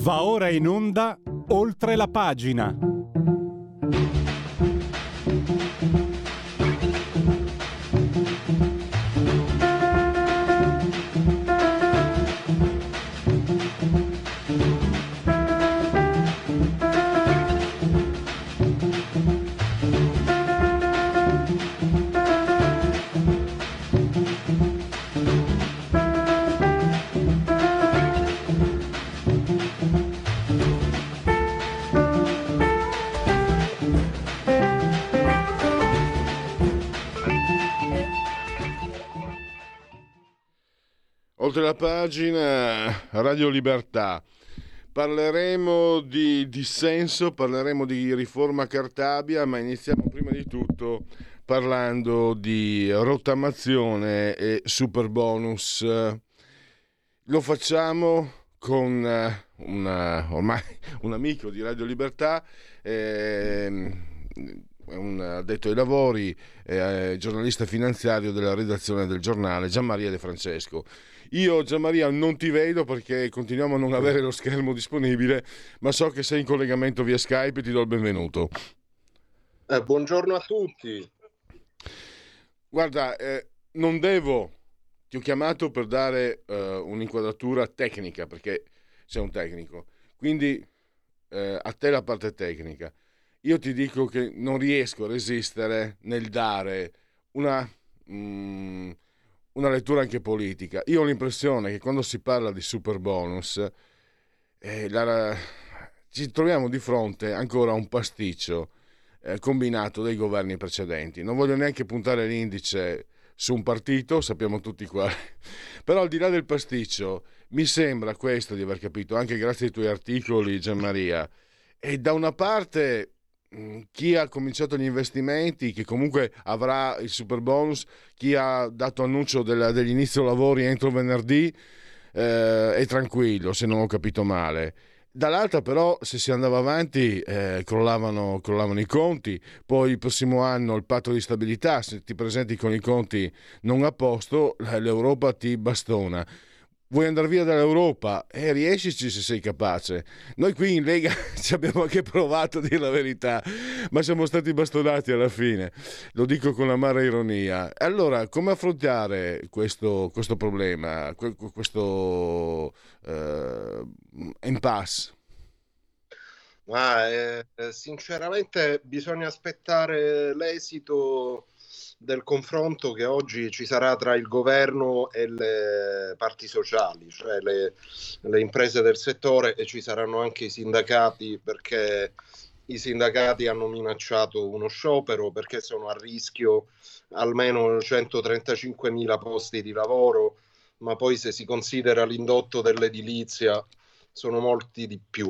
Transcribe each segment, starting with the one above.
Va ora in onda Oltre la pagina. Oltre la pagina, Radio Libertà. Parleremo di dissenso, parleremo di riforma Cartabia, ma iniziamo prima di tutto parlando di rottamazione e super bonus. Lo facciamo con ormai un amico di Radio Libertà, un addetto ai lavori, giornalista finanziario della redazione del giornale, Gianmaria De Francesco. Io, Gianmaria, non ti vedo perché continuiamo a non avere lo schermo disponibile, ma so che sei in collegamento via Skype e ti do il benvenuto. Buongiorno a tutti. Guarda, ti ho chiamato per dare un'inquadratura tecnica, perché sei un tecnico, quindi a te la parte tecnica. Io ti dico che non riesco a resistere nel dare una lettura anche politica. Io ho l'impressione che quando si parla di super bonus ci troviamo di fronte ancora a un pasticcio combinato dai governi precedenti. Non voglio neanche puntare l'indice su un partito, sappiamo tutti quale, però al di là del pasticcio mi sembra questo di aver capito, anche grazie ai tuoi articoli, Gianmaria, e da una parte chi ha cominciato gli investimenti, che comunque avrà il super bonus, chi ha dato annuncio degli inizio lavori entro venerdì è tranquillo, se non ho capito male. Dall'altra però, se si andava avanti, crollavano i conti. Poi il prossimo anno il patto di stabilità, se ti presenti con i conti non a posto, l'Europa ti bastona. Vuoi andare via dall'Europa? Riescici se sei capace. Noi qui in Lega ci abbiamo anche provato, a dire la verità, ma siamo stati bastonati alla fine. Lo dico con amara ironia. Allora, come affrontare questo problema, questo impasse? Sinceramente bisogna aspettare l'esito del confronto che oggi ci sarà tra il governo e le parti sociali, cioè le imprese del settore, e ci saranno anche i sindacati, perché i sindacati hanno minacciato uno sciopero perché sono a rischio almeno 135.000 posti di lavoro, ma poi se si considera l'indotto dell'edilizia sono molti di più.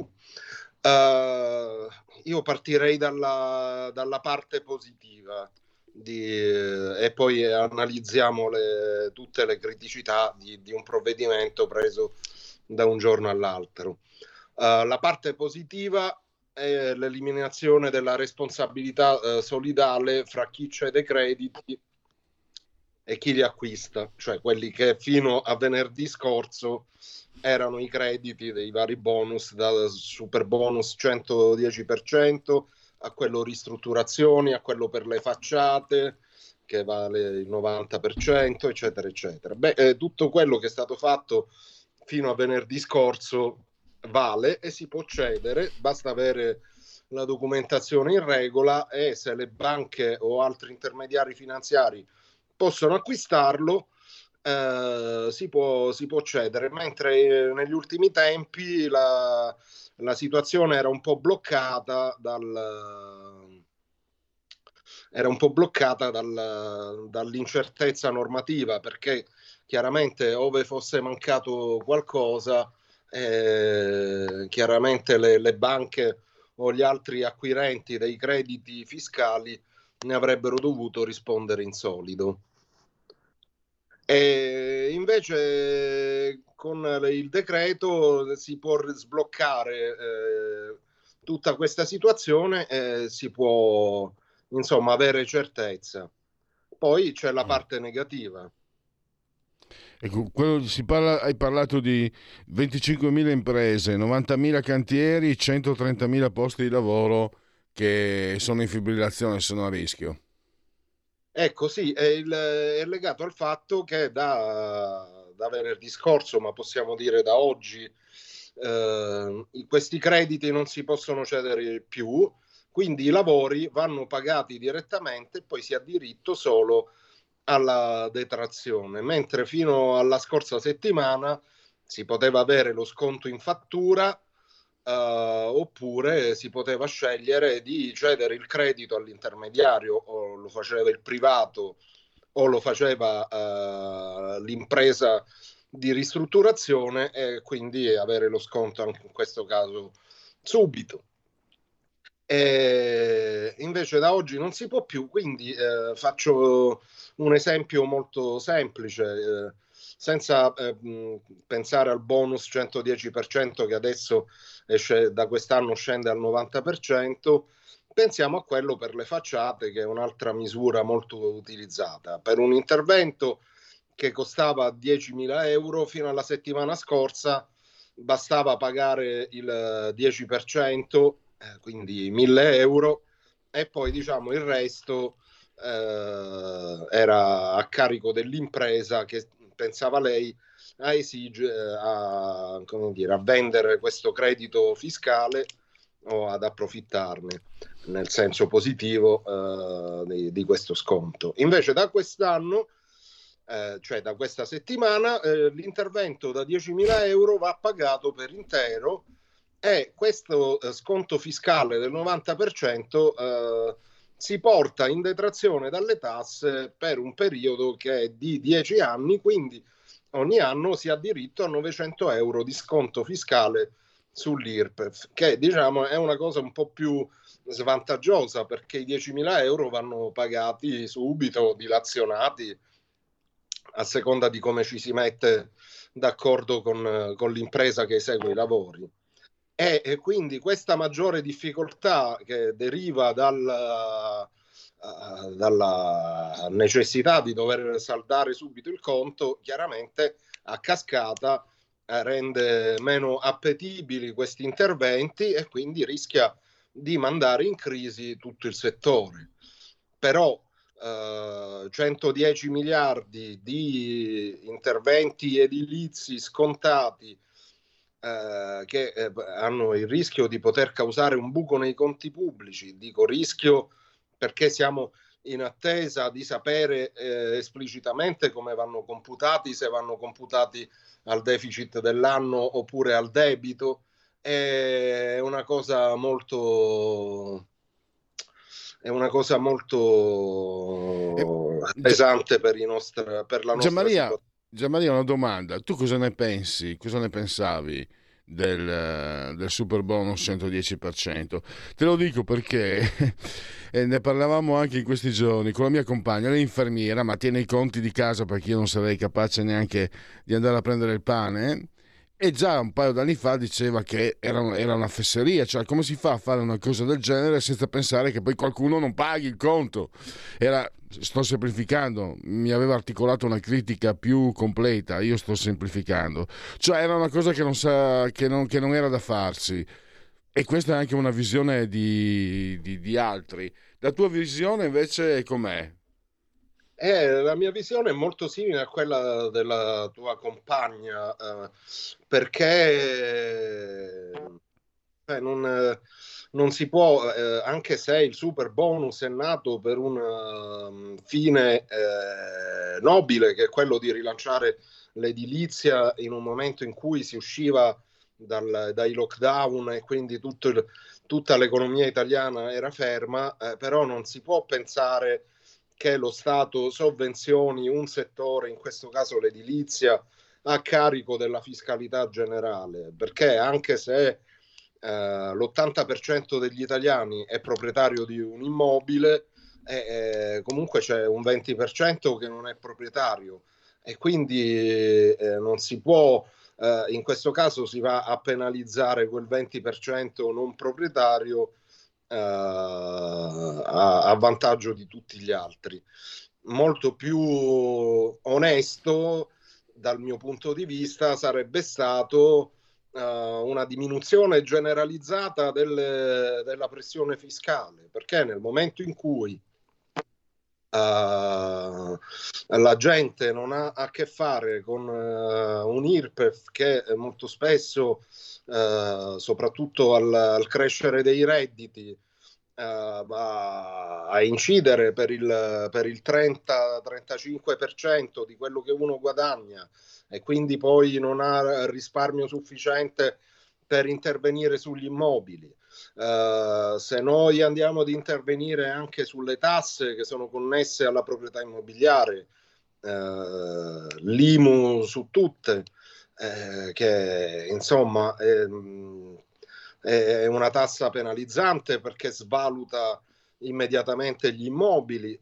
Io partirei dalla parte positiva e poi analizziamo tutte le criticità di un provvedimento preso da un giorno all'altro. La parte positiva è l'eliminazione della responsabilità solidale fra chi cede crediti e chi li acquista, cioè quelli che fino a venerdì scorso erano i crediti dei vari bonus, da super bonus 110% a quello ristrutturazioni, a quello per le facciate che vale il 90%, eccetera eccetera. Tutto quello che è stato fatto fino a venerdì scorso vale e si può cedere, basta avere la documentazione in regola, e se le banche o altri intermediari finanziari possono acquistarlo, si può cedere, mentre negli ultimi tempi la situazione era un po' bloccata dall'incertezza normativa, perché chiaramente ove fosse mancato qualcosa, chiaramente le banche o gli altri acquirenti dei crediti fiscali ne avrebbero dovuto rispondere in solido. E invece con il decreto si può sbloccare tutta questa situazione e si può insomma avere certezza. Poi c'è la parte negativa. Ecco, hai parlato di 25.000 imprese, 90.000 cantieri, 130.000 posti di lavoro che sono in fibrillazione, sono a rischio. Ecco, sì, è legato al fatto che da venerdì scorso, ma possiamo dire da oggi, questi crediti non si possono cedere più, quindi i lavori vanno pagati direttamente e poi si ha diritto solo alla detrazione, mentre fino alla scorsa settimana si poteva avere lo sconto in fattura, oppure si poteva scegliere di cedere il credito all'intermediario, o lo faceva il privato o lo faceva l'impresa di ristrutturazione, e quindi avere lo sconto anche in questo caso subito. E invece da oggi non si può più, quindi faccio un esempio molto semplice, senza pensare al bonus 110% che adesso da quest'anno scende al 90%. Pensiamo a quello per le facciate, che è un'altra misura molto utilizzata. Per un intervento che costava 10.000 euro, fino alla settimana scorsa bastava pagare il 10%, quindi 1.000 euro, e poi diciamo il resto era a carico dell'impresa, che pensava lei a esigere, come dire, a vendere questo credito fiscale o ad approfittarne nel senso positivo di questo sconto. Invece da quest'anno, cioè da questa settimana, l'intervento da 10.000 euro va pagato per intero, e questo sconto fiscale del 90% si porta in detrazione dalle tasse per un periodo che è di 10 anni, quindi ogni anno si ha diritto a 900 euro di sconto fiscale sull'IRPEF, che diciamo è una cosa un po' più svantaggiosa, perché i 10.000 euro vanno pagati subito, dilazionati, a seconda di come ci si mette d'accordo con l'impresa che esegue i lavori. E quindi questa maggiore difficoltà che deriva dalla necessità di dover saldare subito il conto, chiaramente a cascata rende meno appetibili questi interventi, e quindi rischia di mandare in crisi tutto il settore. Però 110 miliardi di interventi edilizi scontati, che hanno il rischio di poter causare un buco nei conti pubblici. Dico rischio perché siamo in attesa di sapere esplicitamente come vanno computati, se vanno computati al deficit dell'anno oppure al debito. È una cosa molto pesante per la nostra Gianmaria, situazione. Gianmaria, una domanda. Tu cosa ne pensi? Cosa ne pensavi del super bonus 110%? Te lo dico perché ne parlavamo anche in questi giorni con la mia compagna, lei è infermiera, ma tiene i conti di casa perché io non sarei capace neanche di andare a prendere il pane. E già un paio d'anni fa diceva che era una fesseria, cioè come si fa a fare una cosa del genere senza pensare che poi qualcuno non paghi il conto? Sto semplificando, mi aveva articolato una critica più completa, io sto semplificando, cioè era una cosa che non era da farsi, e questa è anche una visione di altri. La tua visione invece com'è? La mia visione è molto simile a quella della tua compagna, perché non si può, anche se il super bonus è nato per un fine nobile, che è quello di rilanciare l'edilizia in un momento in cui si usciva dai lockdown, e quindi tutta l'economia italiana era ferma, però non si può pensare che lo Stato sovvenzioni un settore, in questo caso l'edilizia, a carico della fiscalità generale, perché anche se l'80% degli italiani è proprietario di un immobile, comunque c'è un 20% che non è proprietario, e quindi non si può, in questo caso si va a penalizzare quel 20% non proprietario a vantaggio di tutti gli altri. Molto più onesto dal mio punto di vista, sarebbe stato una diminuzione generalizzata della pressione fiscale, perché nel momento in cui la gente non ha a che fare con un IRPEF che molto spesso, soprattutto al crescere dei redditi, a incidere per il 30-35% di quello che uno guadagna, e quindi poi non ha risparmio sufficiente per intervenire sugli immobili. Se noi andiamo ad intervenire anche sulle tasse che sono connesse alla proprietà immobiliare, l'IMU su tutte, che insomma è una tassa penalizzante perché svaluta immediatamente gli immobili,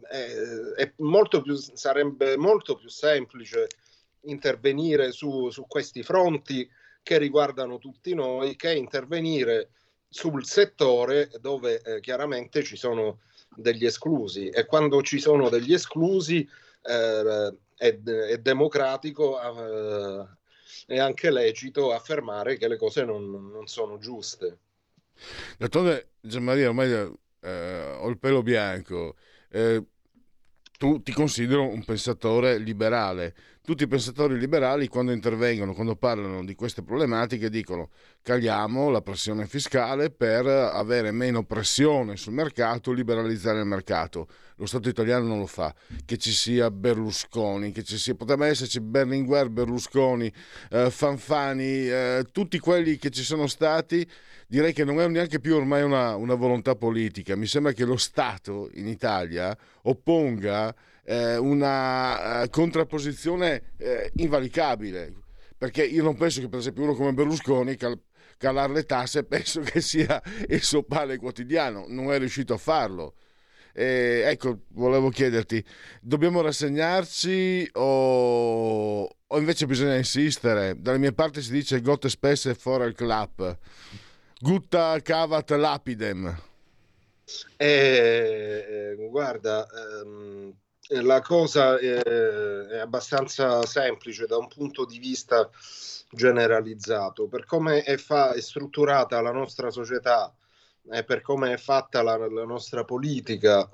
sarebbe molto più semplice intervenire su questi fronti che riguardano tutti noi, che intervenire sul settore dove chiaramente ci sono degli esclusi, e quando ci sono degli esclusi è democratico e anche lecito affermare che le cose non sono giuste. D'altronde, Gianmaria, ormai ho il pelo bianco. Tu ti considero un pensatore liberale. Tutti i pensatori liberali, quando intervengono, quando parlano di queste problematiche, dicono: cagliamo la pressione fiscale per avere meno pressione sul mercato, liberalizzare il mercato. Lo Stato italiano non lo fa. Che ci sia Berlusconi, potrebbe esserci Berlinguer, Berlusconi, Fanfani, tutti quelli che ci sono stati. Direi che non è neanche più ormai una volontà politica. Mi sembra che lo Stato in Italia opponga una contrapposizione invalicabile, perché io non penso che per esempio uno come Berlusconi calare le tasse penso che sia il suo pane quotidiano, non è riuscito a farlo. Ecco, volevo chiederti, dobbiamo rassegnarci o invece bisogna insistere? Dalle mie parti si dice Gott spesse for el Club, gutta cavat lapidem. Guarda, la cosa è abbastanza semplice da un punto di vista generalizzato. Per come è strutturata la nostra società e per come è fatta la nostra politica,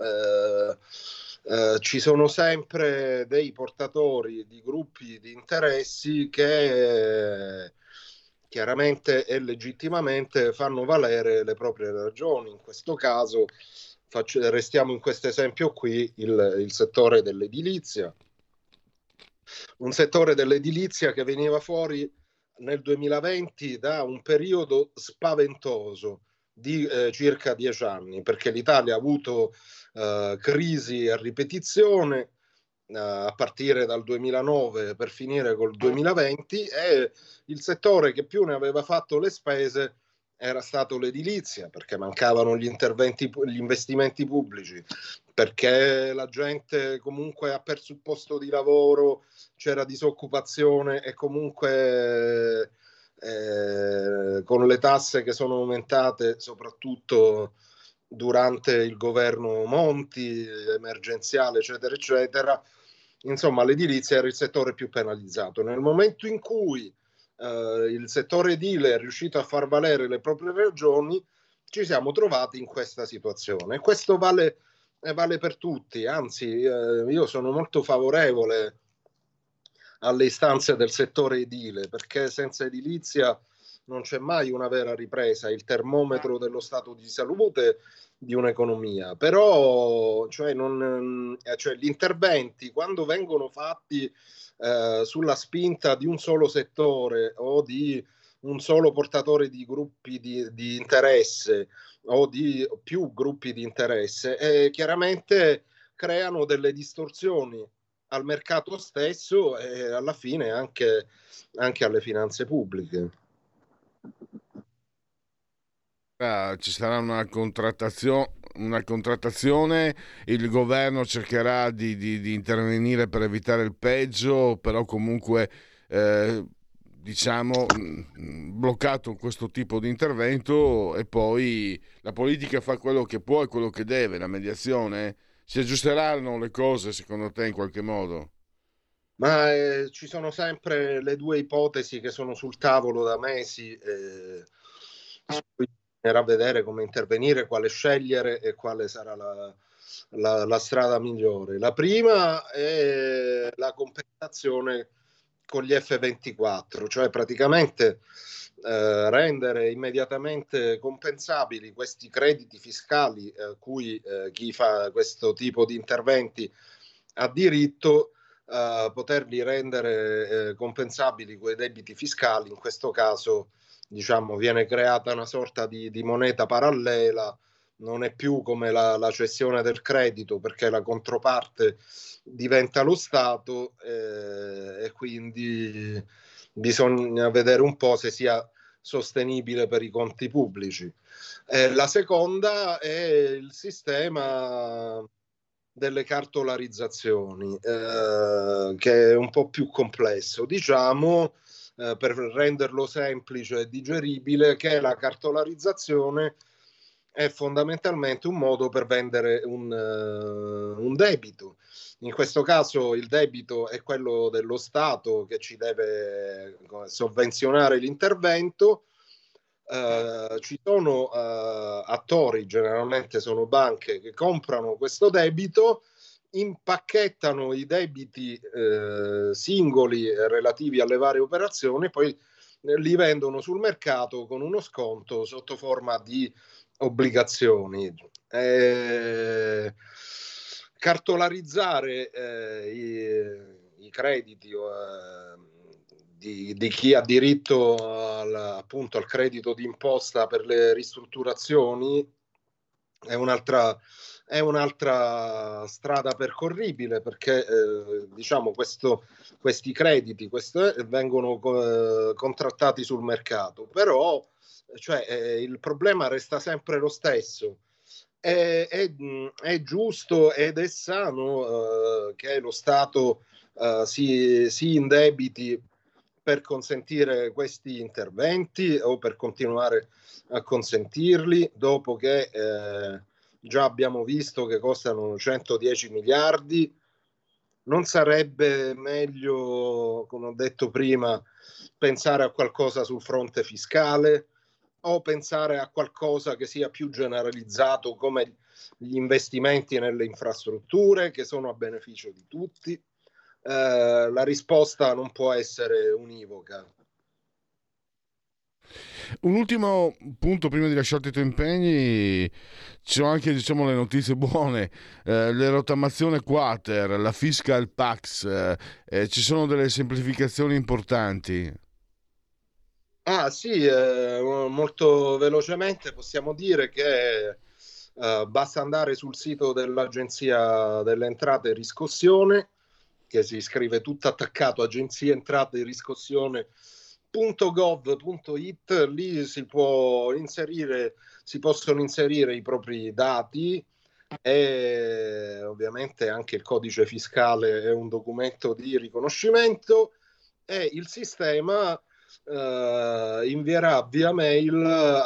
ci sono sempre dei portatori di gruppi di interessi che chiaramente e legittimamente fanno valere le proprie ragioni. In questo caso restiamo in questo esempio qui, il settore dell'edilizia, un settore dell'edilizia che veniva fuori nel 2020 da un periodo spaventoso di circa 10 anni, perché l'Italia ha avuto crisi a ripetizione a partire dal 2009 per finire col 2020, e il settore che più ne aveva fatto le spese era stato l'edilizia, perché mancavano gli investimenti pubblici, perché la gente comunque ha perso il posto di lavoro, c'era disoccupazione, e comunque con le tasse che sono aumentate soprattutto durante il governo Monti, emergenziale, eccetera, eccetera, insomma l'edilizia era il settore più penalizzato. Nel momento in cui il settore edile è riuscito a far valere le proprie ragioni, ci siamo trovati in questa situazione. E questo vale per tutti, anzi io sono molto favorevole alle istanze del settore edile, perché senza edilizia non c'è mai una vera ripresa, il termometro dello stato di salute di un'economia. Però gli interventi, quando vengono fatti sulla spinta di un solo settore o di un solo portatore di gruppi di interesse o di più gruppi di interesse, chiaramente creano delle distorsioni al mercato stesso e alla fine anche alle finanze pubbliche. Ci sarà una contrattazione, il governo cercherà di intervenire per evitare il peggio, però comunque diciamo bloccato questo tipo di intervento, e poi la politica fa quello che può e quello che deve, la mediazione. Si aggiusteranno le cose secondo te in qualche modo? Ma ci sono sempre le due ipotesi che sono sul tavolo da mesi, su cui bisognerà vedere come intervenire, quale scegliere e quale sarà la strada migliore. La prima è la compensazione con gli F24, cioè praticamente rendere immediatamente compensabili questi crediti fiscali cui chi fa questo tipo di interventi ha diritto, poterli rendere compensabili quei debiti fiscali. In questo caso, diciamo, viene creata una sorta di moneta parallela, non è più come la cessione del credito, perché la controparte diventa lo Stato, e quindi bisogna vedere un po' se sia sostenibile per i conti pubblici. La seconda è il sistema delle cartolarizzazioni, che è un po' più complesso, diciamo, per renderlo semplice e digeribile, che la cartolarizzazione è fondamentalmente un modo per vendere un debito. In questo caso il debito è quello dello Stato che ci deve sovvenzionare l'intervento. Ci sono attori, generalmente sono banche, che comprano questo debito, impacchettano i debiti singoli relativi alle varie operazioni, poi li vendono sul mercato con uno sconto sotto forma di obbligazioni. Cartolarizzare i crediti di chi ha diritto appunto al credito d'imposta per le ristrutturazioni è un'altra strada percorribile, perché diciamo questi crediti vengono contrattati sul mercato, però cioè, il problema resta sempre lo stesso. È giusto ed è sano che lo Stato si indebiti per consentire questi interventi o per continuare a consentirli, dopo che già abbiamo visto che costano 110 miliardi. Non sarebbe meglio, come ho detto prima, pensare a qualcosa sul fronte fiscale o pensare a qualcosa che sia più generalizzato, come gli investimenti nelle infrastrutture, che sono a beneficio di tutti? La risposta non può essere univoca. Un ultimo punto prima di lasciarti i tuoi impegni, ci sono anche diciamo le notizie buone, le rottamazione quater, la fiscal pax, ci sono delle semplificazioni importanti. Ah sì, molto velocemente possiamo dire che basta andare sul sito dell'Agenzia delle Entrate e Riscossione, che si scrive tutto attaccato, Agenzia Entrate e Riscossione.gov.it. Lì si possono inserire i propri dati, e ovviamente anche il codice fiscale è un documento di riconoscimento, e il sistema invierà via mail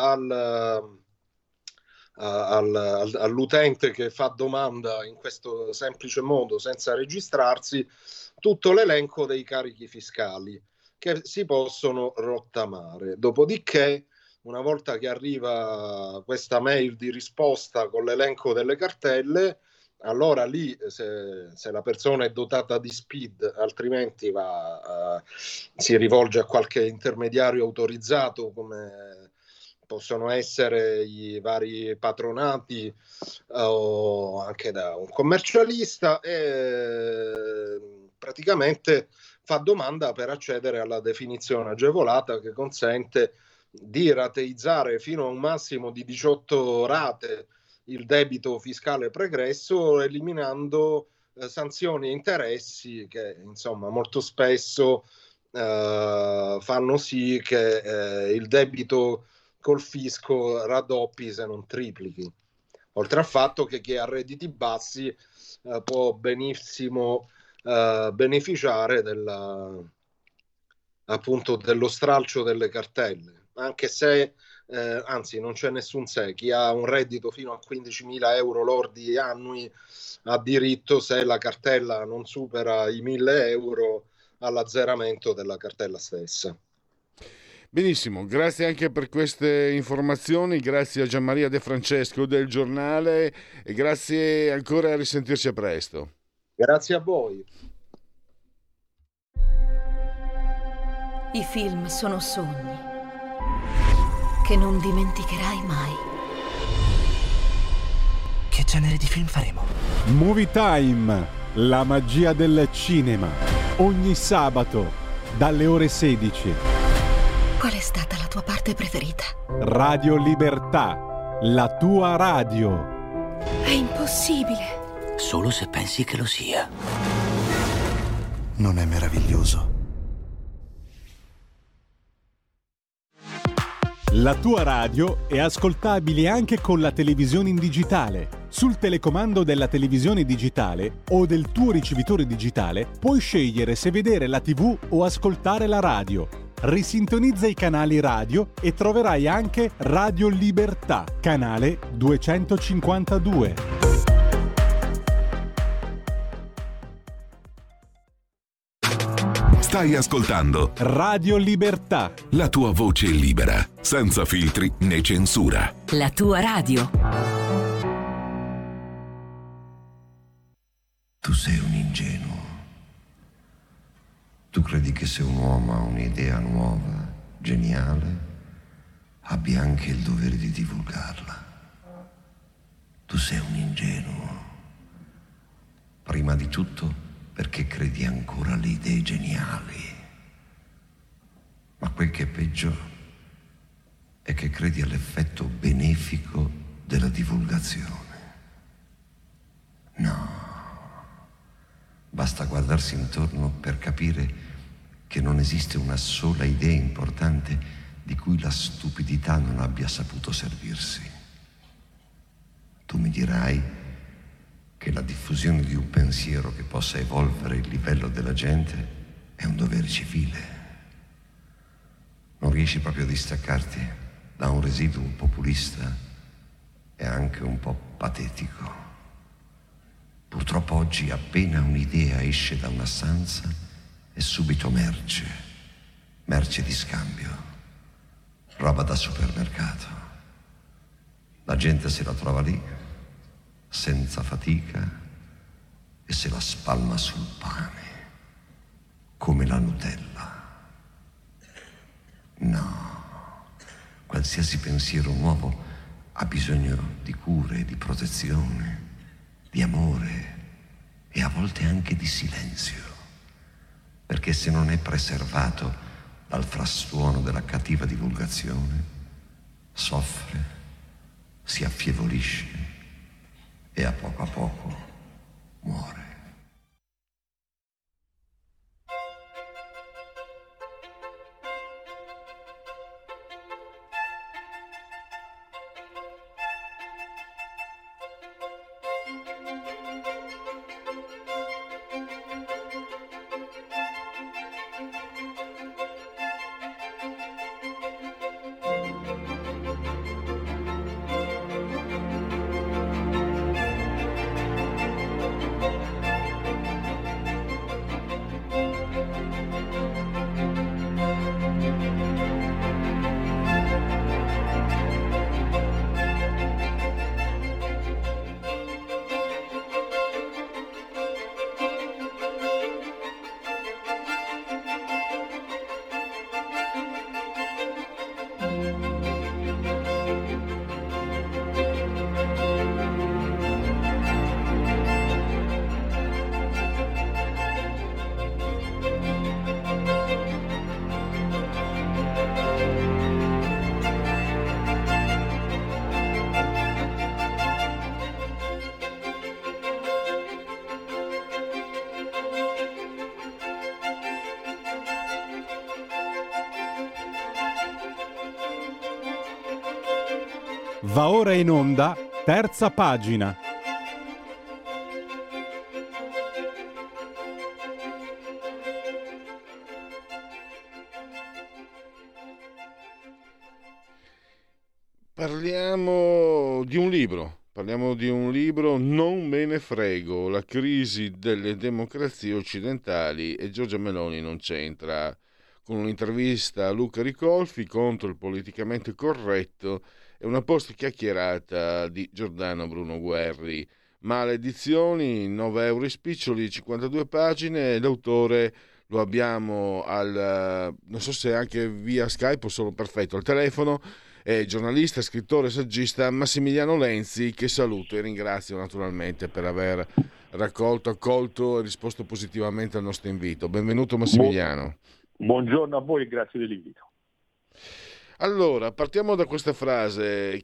all'utente che fa domanda in questo semplice modo, senza registrarsi, tutto l'elenco dei carichi fiscali che si possono rottamare. Dopodiché, una volta che arriva questa mail di risposta con l'elenco delle cartelle, allora lì se la persona è dotata di SPID, altrimenti si rivolge a qualche intermediario autorizzato, come possono essere i vari patronati o anche da un commercialista, e praticamente fa domanda per accedere alla definizione agevolata, che consente di rateizzare fino a un massimo di 18 rate il debito fiscale pregresso, eliminando sanzioni e interessi che insomma molto spesso fanno sì che il debito col fisco raddoppi, se non triplichi. Oltre al fatto che chi ha redditi bassi può benissimo beneficiare appunto dello stralcio delle cartelle, anche se anzi non c'è nessun se, chi ha un reddito fino a 15.000 euro lordi annui ha diritto, se la cartella non supera i 1.000 euro, all'azzeramento della cartella stessa. Benissimo, grazie anche per queste informazioni, grazie a Gianmaria De Francesco del Giornale e grazie ancora, a risentirci a presto. Grazie a voi. I film sono sogni che non dimenticherai mai. Che genere di film faremo? Movie Time, la magia del cinema. Ogni sabato, dalle ore 16. Qual è stata la tua parte preferita? Radio Libertà, la tua radio. È impossibile. Solo se pensi che lo sia. Non è meraviglioso? La tua radio è ascoltabile anche con la televisione in digitale. Sul telecomando della televisione digitale o del tuo ricevitore digitale puoi scegliere se vedere la TV o ascoltare la radio. Risintonizza i canali radio e troverai anche Radio Libertà, canale 252. Stai ascoltando Radio Libertà, la tua voce libera, senza filtri né censura. La tua radio. Tu sei un ingenuo. Tu credi che se un uomo ha un'idea nuova, geniale, abbia anche il dovere di divulgarla. Tu sei un ingenuo. Prima di tutto perché credi ancora alle idee geniali. Ma quel che è peggio è che credi all'effetto benefico della divulgazione. No. Basta guardarsi intorno per capire che non esiste una sola idea importante di cui la stupidità non abbia saputo servirsi. Tu mi dirai che la diffusione di un pensiero che possa evolvere il livello della gente è un dovere civile. Non riesci proprio a distaccarti da un residuo populista e anche un po' patetico. Purtroppo oggi appena un'idea esce da una stanza è subito merce di scambio, roba da supermercato. La gente se la trova lì, senza fatica, e se la spalma sul pane, come la Nutella. No, qualsiasi pensiero nuovo ha bisogno di cure, di protezione, di amore e a volte anche di silenzio, perché se non è preservato dal frastuono della cattiva divulgazione, soffre, si affievolisce e a poco muore. Va ora in onda, terza pagina. Parliamo di un libro, Non me ne frego, la crisi delle democrazie occidentali, e Giorgia Meloni non c'entra, con un'intervista a Luca Ricolfi contro il politicamente corretto e una post chiacchierata di Giordano Bruno Guerri. Maledizioni, 9 euro spiccioli, 52 pagine, l'autore lo abbiamo non so se anche via Skype o solo perfetto, al telefono. È giornalista, scrittore, saggista Massimiliano Lenzi, che saluto e ringrazio naturalmente per aver accolto e risposto positivamente al nostro invito. Benvenuto Massimiliano. Buongiorno a voi e grazie dell'invito. Allora, partiamo da questa frase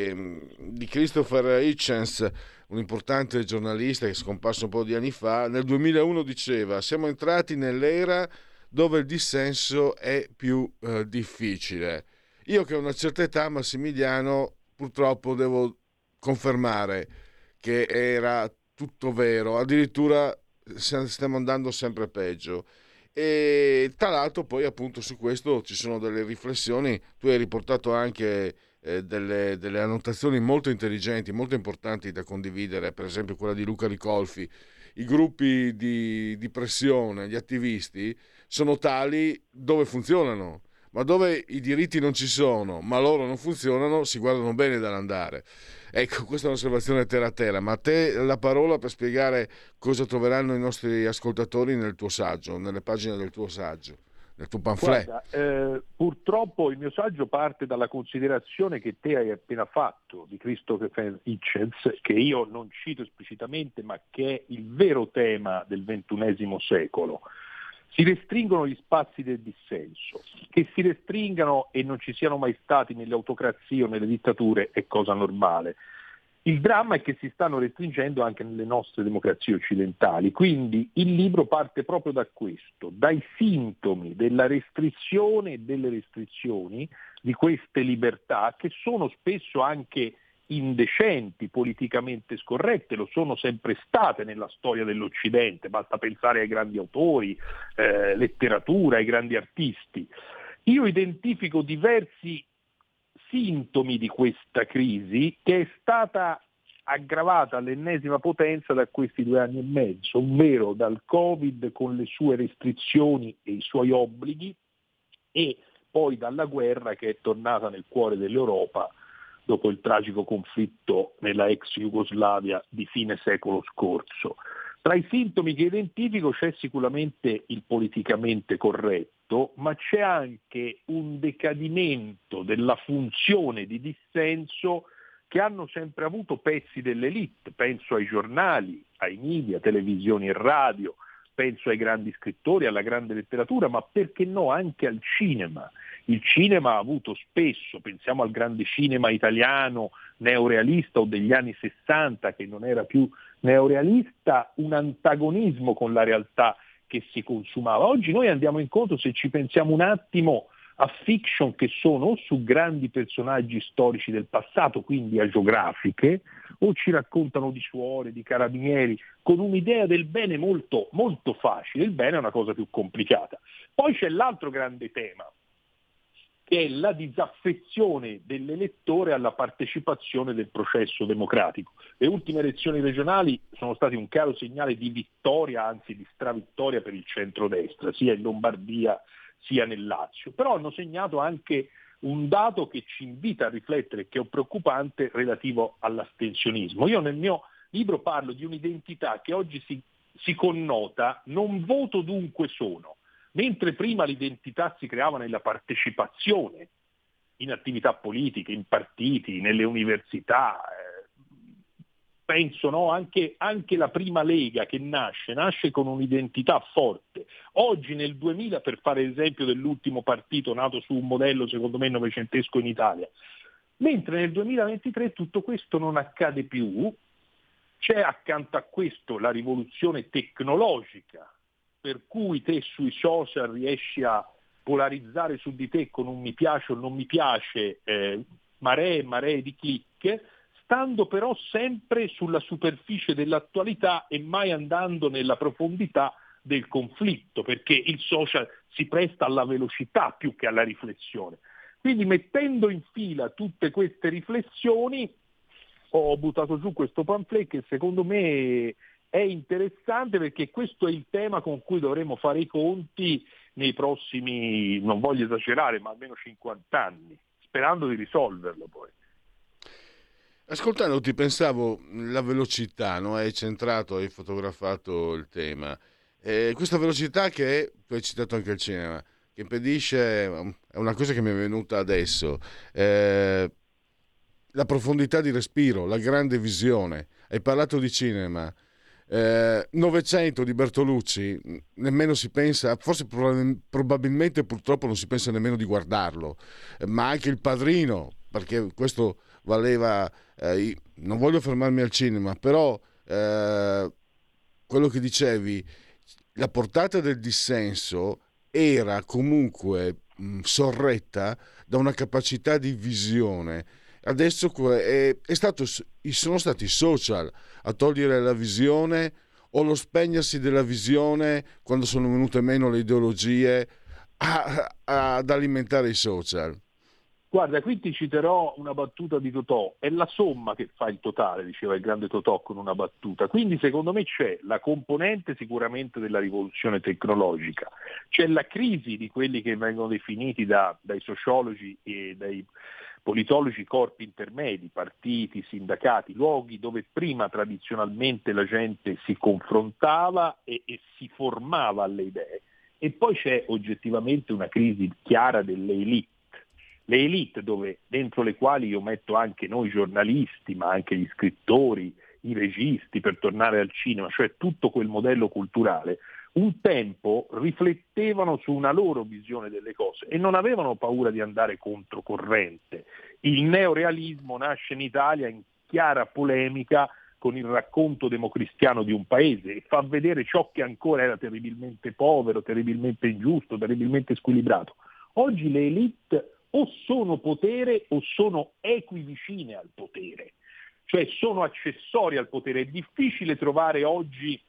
di Christopher Hitchens, un importante giornalista che è scomparso un po' di anni fa. Nel 2001 diceva: siamo entrati nell'era dove il dissenso è più difficile. Io che ho una certa età, Massimiliano, purtroppo devo confermare che era tutto vero, addirittura stiamo andando sempre peggio. E tra l'altro poi appunto su questo ci sono delle riflessioni, tu hai riportato anche delle annotazioni molto intelligenti, molto importanti da condividere, per esempio quella di Luca Ricolfi. I gruppi di pressione, gli attivisti sono tali dove funzionano, ma dove i diritti non ci sono, ma loro non funzionano, si guardano bene dall'andare. Ecco, questa è un'osservazione terra a terra, ma a te la parola per spiegare cosa troveranno i nostri ascoltatori nel tuo saggio, nelle pagine del tuo saggio, nel tuo pamphlet. Guarda, purtroppo il mio saggio parte dalla considerazione che te hai appena fatto di Christopher Hitchens, che io non cito esplicitamente, ma che è il vero tema del XXI secolo. Si restringono gli spazi del dissenso. Che si restringano e non ci siano mai stati nelle autocrazie o nelle dittature è cosa normale. Il dramma è che si stanno restringendo anche nelle nostre democrazie occidentali, quindi il libro parte proprio da questo, dai sintomi della restrizione e delle restrizioni di queste libertà, che sono spesso anche indecenti, politicamente scorrette, lo sono sempre state nella storia dell'Occidente, basta pensare ai grandi autori, letteratura, ai grandi artisti. Io identifico diversi sintomi di questa crisi che è stata aggravata all'ennesima potenza da questi 2 anni e mezzo, ovvero dal Covid con le sue restrizioni e i suoi obblighi, e poi dalla guerra che è tornata nel cuore dell'Europa dopo il tragico conflitto nella ex Jugoslavia di fine secolo scorso. Tra i sintomi che identifico c'è sicuramente il politicamente corretto, ma c'è anche un decadimento della funzione di dissenso che hanno sempre avuto pezzi dell'elite. Penso ai giornali, ai media, televisioni e radio, penso ai grandi scrittori, alla grande letteratura, ma perché no anche al cinema. Il cinema ha avuto spesso, pensiamo al grande cinema italiano neorealista o degli anni 60 che non era più neorealista, un antagonismo con la realtà che si consumava. Oggi noi andiamo incontro, se ci pensiamo un attimo, a fiction che sono o su grandi personaggi storici del passato, quindi agiografiche, o ci raccontano di suore, di carabinieri, con un'idea del bene molto, molto facile. Il bene è una cosa più complicata. Poi c'è l'altro grande tema, che è la disaffezione dell'elettore alla partecipazione del processo democratico. Le ultime elezioni regionali sono state un chiaro segnale di vittoria, anzi di stravittoria per il centrodestra, sia in Lombardia sia nel Lazio, però hanno segnato anche un dato che ci invita a riflettere, che è preoccupante, relativo all'astensionismo. Io nel mio libro parlo di un'identità che oggi si connota non voto dunque sono. Mentre prima l'identità si creava nella partecipazione in attività politiche, in partiti, nelle università, penso no, anche la prima Lega che nasce con un'identità forte. Oggi nel 2000, per fare l'esempio dell'ultimo partito nato su un modello secondo me novecentesco in Italia, mentre nel 2023 tutto questo non accade più, c'è accanto a questo la rivoluzione tecnologica, per cui te sui social riesci a polarizzare su di te con un mi piace o non mi piace, maree di click, stando però sempre sulla superficie dell'attualità e mai andando nella profondità del conflitto, perché il social si presta alla velocità più che alla riflessione. Quindi mettendo in fila tutte queste riflessioni ho buttato giù questo pamphlet che secondo me è interessante, perché questo è il tema con cui dovremo fare i conti nei prossimi, non voglio esagerare, ma almeno 50 anni, sperando di risolverlo poi. Ascoltandoti pensavo la velocità, no? Hai centrato, hai fotografato il tema. Questa velocità che tu hai citato anche il cinema, che impedisce, è una cosa che mi è venuta adesso, la profondità di respiro, la grande visione. Hai parlato di cinema. Novecento di Bertolucci, nemmeno si pensa, forse probabilmente purtroppo non si pensa nemmeno di guardarlo, ma anche Il Padrino, perché questo valeva, non voglio fermarmi al cinema, però quello che dicevi, la portata del dissenso era comunque sorretta da una capacità di visione. Adesso sono stati i social a togliere la visione, o lo spegnersi della visione quando sono venute meno le ideologie ad alimentare i social. Guarda, qui ti citerò una battuta di Totò: è la somma che fa il totale, diceva il grande Totò con una battuta. Quindi secondo me c'è la componente sicuramente della rivoluzione tecnologica, c'è la crisi di quelli che vengono definiti dai sociologi e dai politologi corpi intermedi, partiti, sindacati, luoghi dove prima tradizionalmente la gente si confrontava e si formava alle idee. E poi c'è oggettivamente una crisi chiara delle elite. Le elite, dentro le quali io metto anche noi giornalisti, ma anche gli scrittori, i registi, per tornare al cinema, cioè tutto quel modello culturale, un tempo riflettevano su una loro visione delle cose e non avevano paura di andare controcorrente. Il neorealismo nasce in Italia in chiara polemica con il racconto democristiano di un paese e fa vedere ciò che ancora era terribilmente povero, terribilmente ingiusto, terribilmente squilibrato. Oggi le elite o sono potere o sono equivicine al potere, cioè sono accessori al potere. È difficile trovare oggi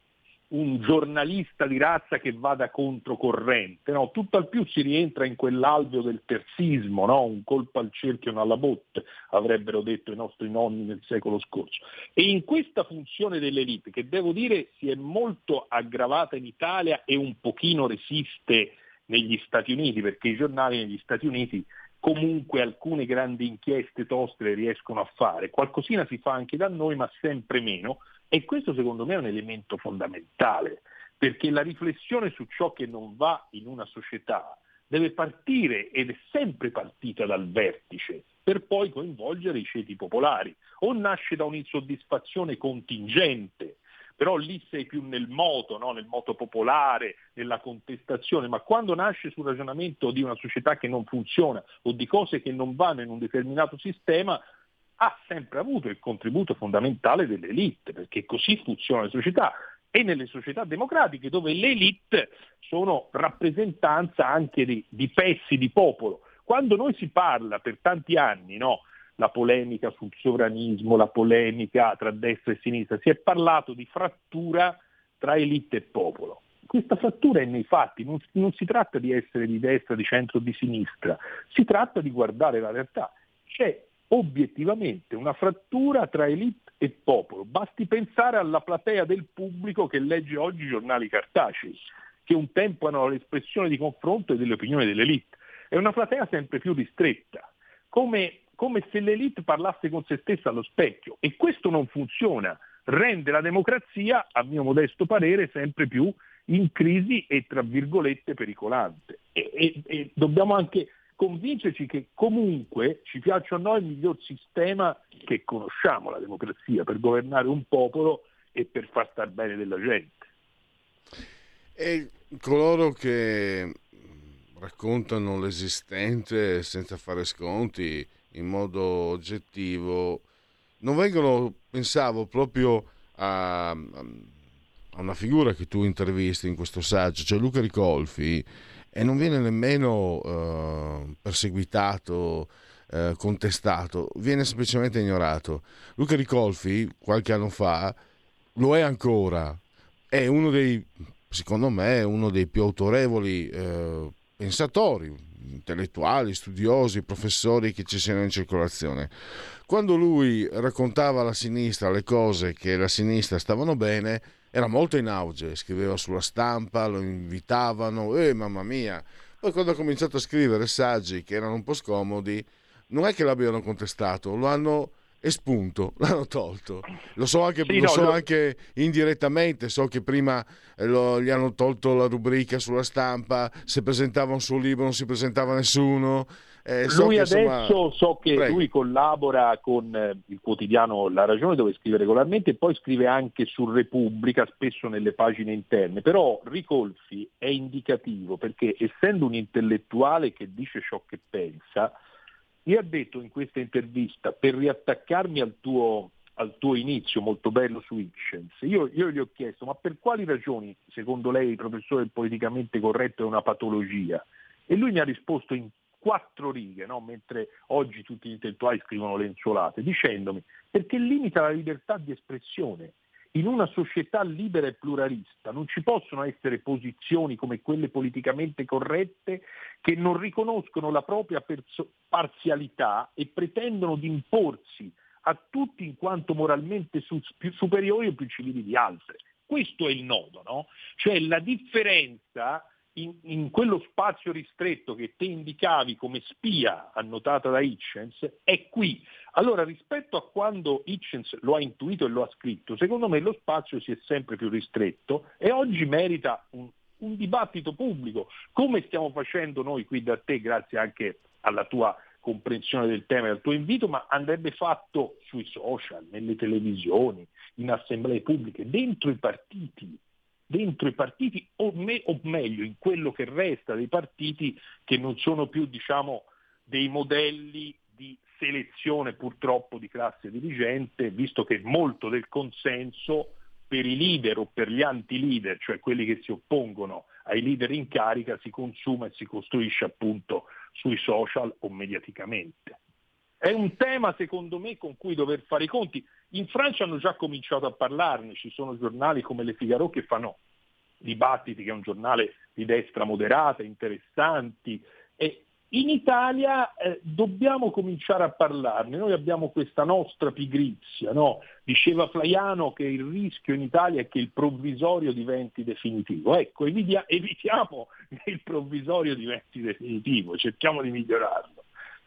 un giornalista di razza che vada controcorrente, no? Tutt'al più si rientra in quell'alveo del terzismo, no? Un colpo al cerchio, non alla botte, avrebbero detto i nostri nonni nel secolo scorso. E in questa funzione dell'elite, che devo dire si è molto aggravata in Italia e un pochino resiste negli Stati Uniti, perché i giornali negli Stati Uniti comunque alcune grandi inchieste toste le riescono a fare, qualcosina si fa anche da noi ma sempre meno, e questo secondo me è un elemento fondamentale, perché la riflessione su ciò che non va in una società deve partire, ed è sempre partita dal vertice, per poi coinvolgere i ceti popolari. O nasce da un'insoddisfazione contingente, però lì sei più nel moto, no? Nel moto popolare, nella contestazione, ma quando nasce sul ragionamento di una società che non funziona o di cose che non vanno in un determinato sistema, ha sempre avuto il contributo fondamentale delle elite, perché così funziona la società. E nelle società democratiche, dove le elite sono rappresentanza anche di pezzi di popolo. Quando noi si parla per tanti anni, no? La polemica sul sovranismo, la polemica tra destra e sinistra, si è parlato di frattura tra elite e popolo. Questa frattura è nei fatti, non si tratta di essere di destra, di centro o di sinistra, si tratta di guardare la realtà. C'è obiettivamente una frattura tra elite e popolo. Basti pensare alla platea del pubblico che legge oggi i giornali cartacei, che un tempo erano l'espressione di confronto e delle opinioni dell'elite. È una platea sempre più ristretta, come se l'elite parlasse con se stessa allo specchio, e questo non funziona, rende la democrazia, a mio modesto parere, sempre più in crisi e tra virgolette pericolante. E dobbiamo anche convincerci che comunque ci piaccia a noi il miglior sistema che conosciamo, la democrazia, per governare un popolo e per far star bene della gente. E coloro che raccontano l'esistente senza fare sconti, in modo oggettivo, non vengono, pensavo proprio a una figura che tu intervisti in questo saggio, cioè Luca Ricolfi, e non viene nemmeno perseguitato, contestato, viene semplicemente ignorato. Luca Ricolfi qualche anno fa, lo è ancora, è uno dei, secondo me, uno dei più autorevoli pensatori, intellettuali, studiosi, professori che ci siano in circolazione. Quando lui raccontava alla sinistra le cose che la sinistra stavano bene, era molto in auge, scriveva sulla Stampa, lo invitavano, mamma mia. Poi quando ha cominciato a scrivere saggi che erano un po' scomodi, non è che l'abbiano contestato, lo hanno espunto, l'hanno tolto. Lo so anche, anche indirettamente, so che prima gli hanno tolto la rubrica sulla Stampa, se presentava un suo libro non si presentava nessuno. Lui adesso so che Prego. Lui collabora con il quotidiano La Ragione, dove scrive regolarmente, e poi scrive anche su Repubblica, spesso nelle pagine interne. Però Ricolfi è indicativo perché, essendo un intellettuale che dice ciò che pensa, mi ha detto in questa intervista, per riattaccarmi al tuo inizio molto bello su Hitchens, io gli ho chiesto: ma per quali ragioni secondo lei, professore, il politicamente corretto è una patologia? E lui mi ha risposto in 4 righe, no? Mentre oggi tutti gli intellettuali scrivono lenzuolate, dicendomi: perché limita la libertà di espressione. In una società libera e pluralista non ci possono essere posizioni come quelle politicamente corrette che non riconoscono la propria parzialità e pretendono di imporsi a tutti in quanto moralmente più superiori o più civili di altri. Questo è il nodo, no? Cioè la differenza in quello spazio ristretto che te indicavi come spia annotata da Hitchens è qui. Allora, rispetto a quando Hitchens lo ha intuito e lo ha scritto, secondo me lo spazio si è sempre più ristretto e oggi merita un dibattito pubblico, come stiamo facendo noi qui da te, grazie anche alla tua comprensione del tema e al tuo invito, ma andrebbe fatto sui social, nelle televisioni, in assemblee pubbliche, dentro i partiti o meglio in quello che resta dei partiti che non sono più, diciamo, dei modelli di selezione purtroppo di classe dirigente, visto che molto del consenso per i leader o per gli anti-leader, cioè quelli che si oppongono ai leader in carica, si consuma e si costruisce appunto sui social o mediaticamente. È un tema, secondo me, con cui dover fare i conti. In Francia hanno già cominciato a parlarne, ci sono giornali come Le Figaro che fanno dibattiti, che è un giornale di destra moderata, interessanti, e in Italia dobbiamo cominciare a parlarne. Noi abbiamo questa nostra pigrizia, no? Diceva Flaiano che il rischio in Italia è che il provvisorio diventi definitivo. Ecco, evitiamo che il provvisorio diventi definitivo, cerchiamo di migliorarlo.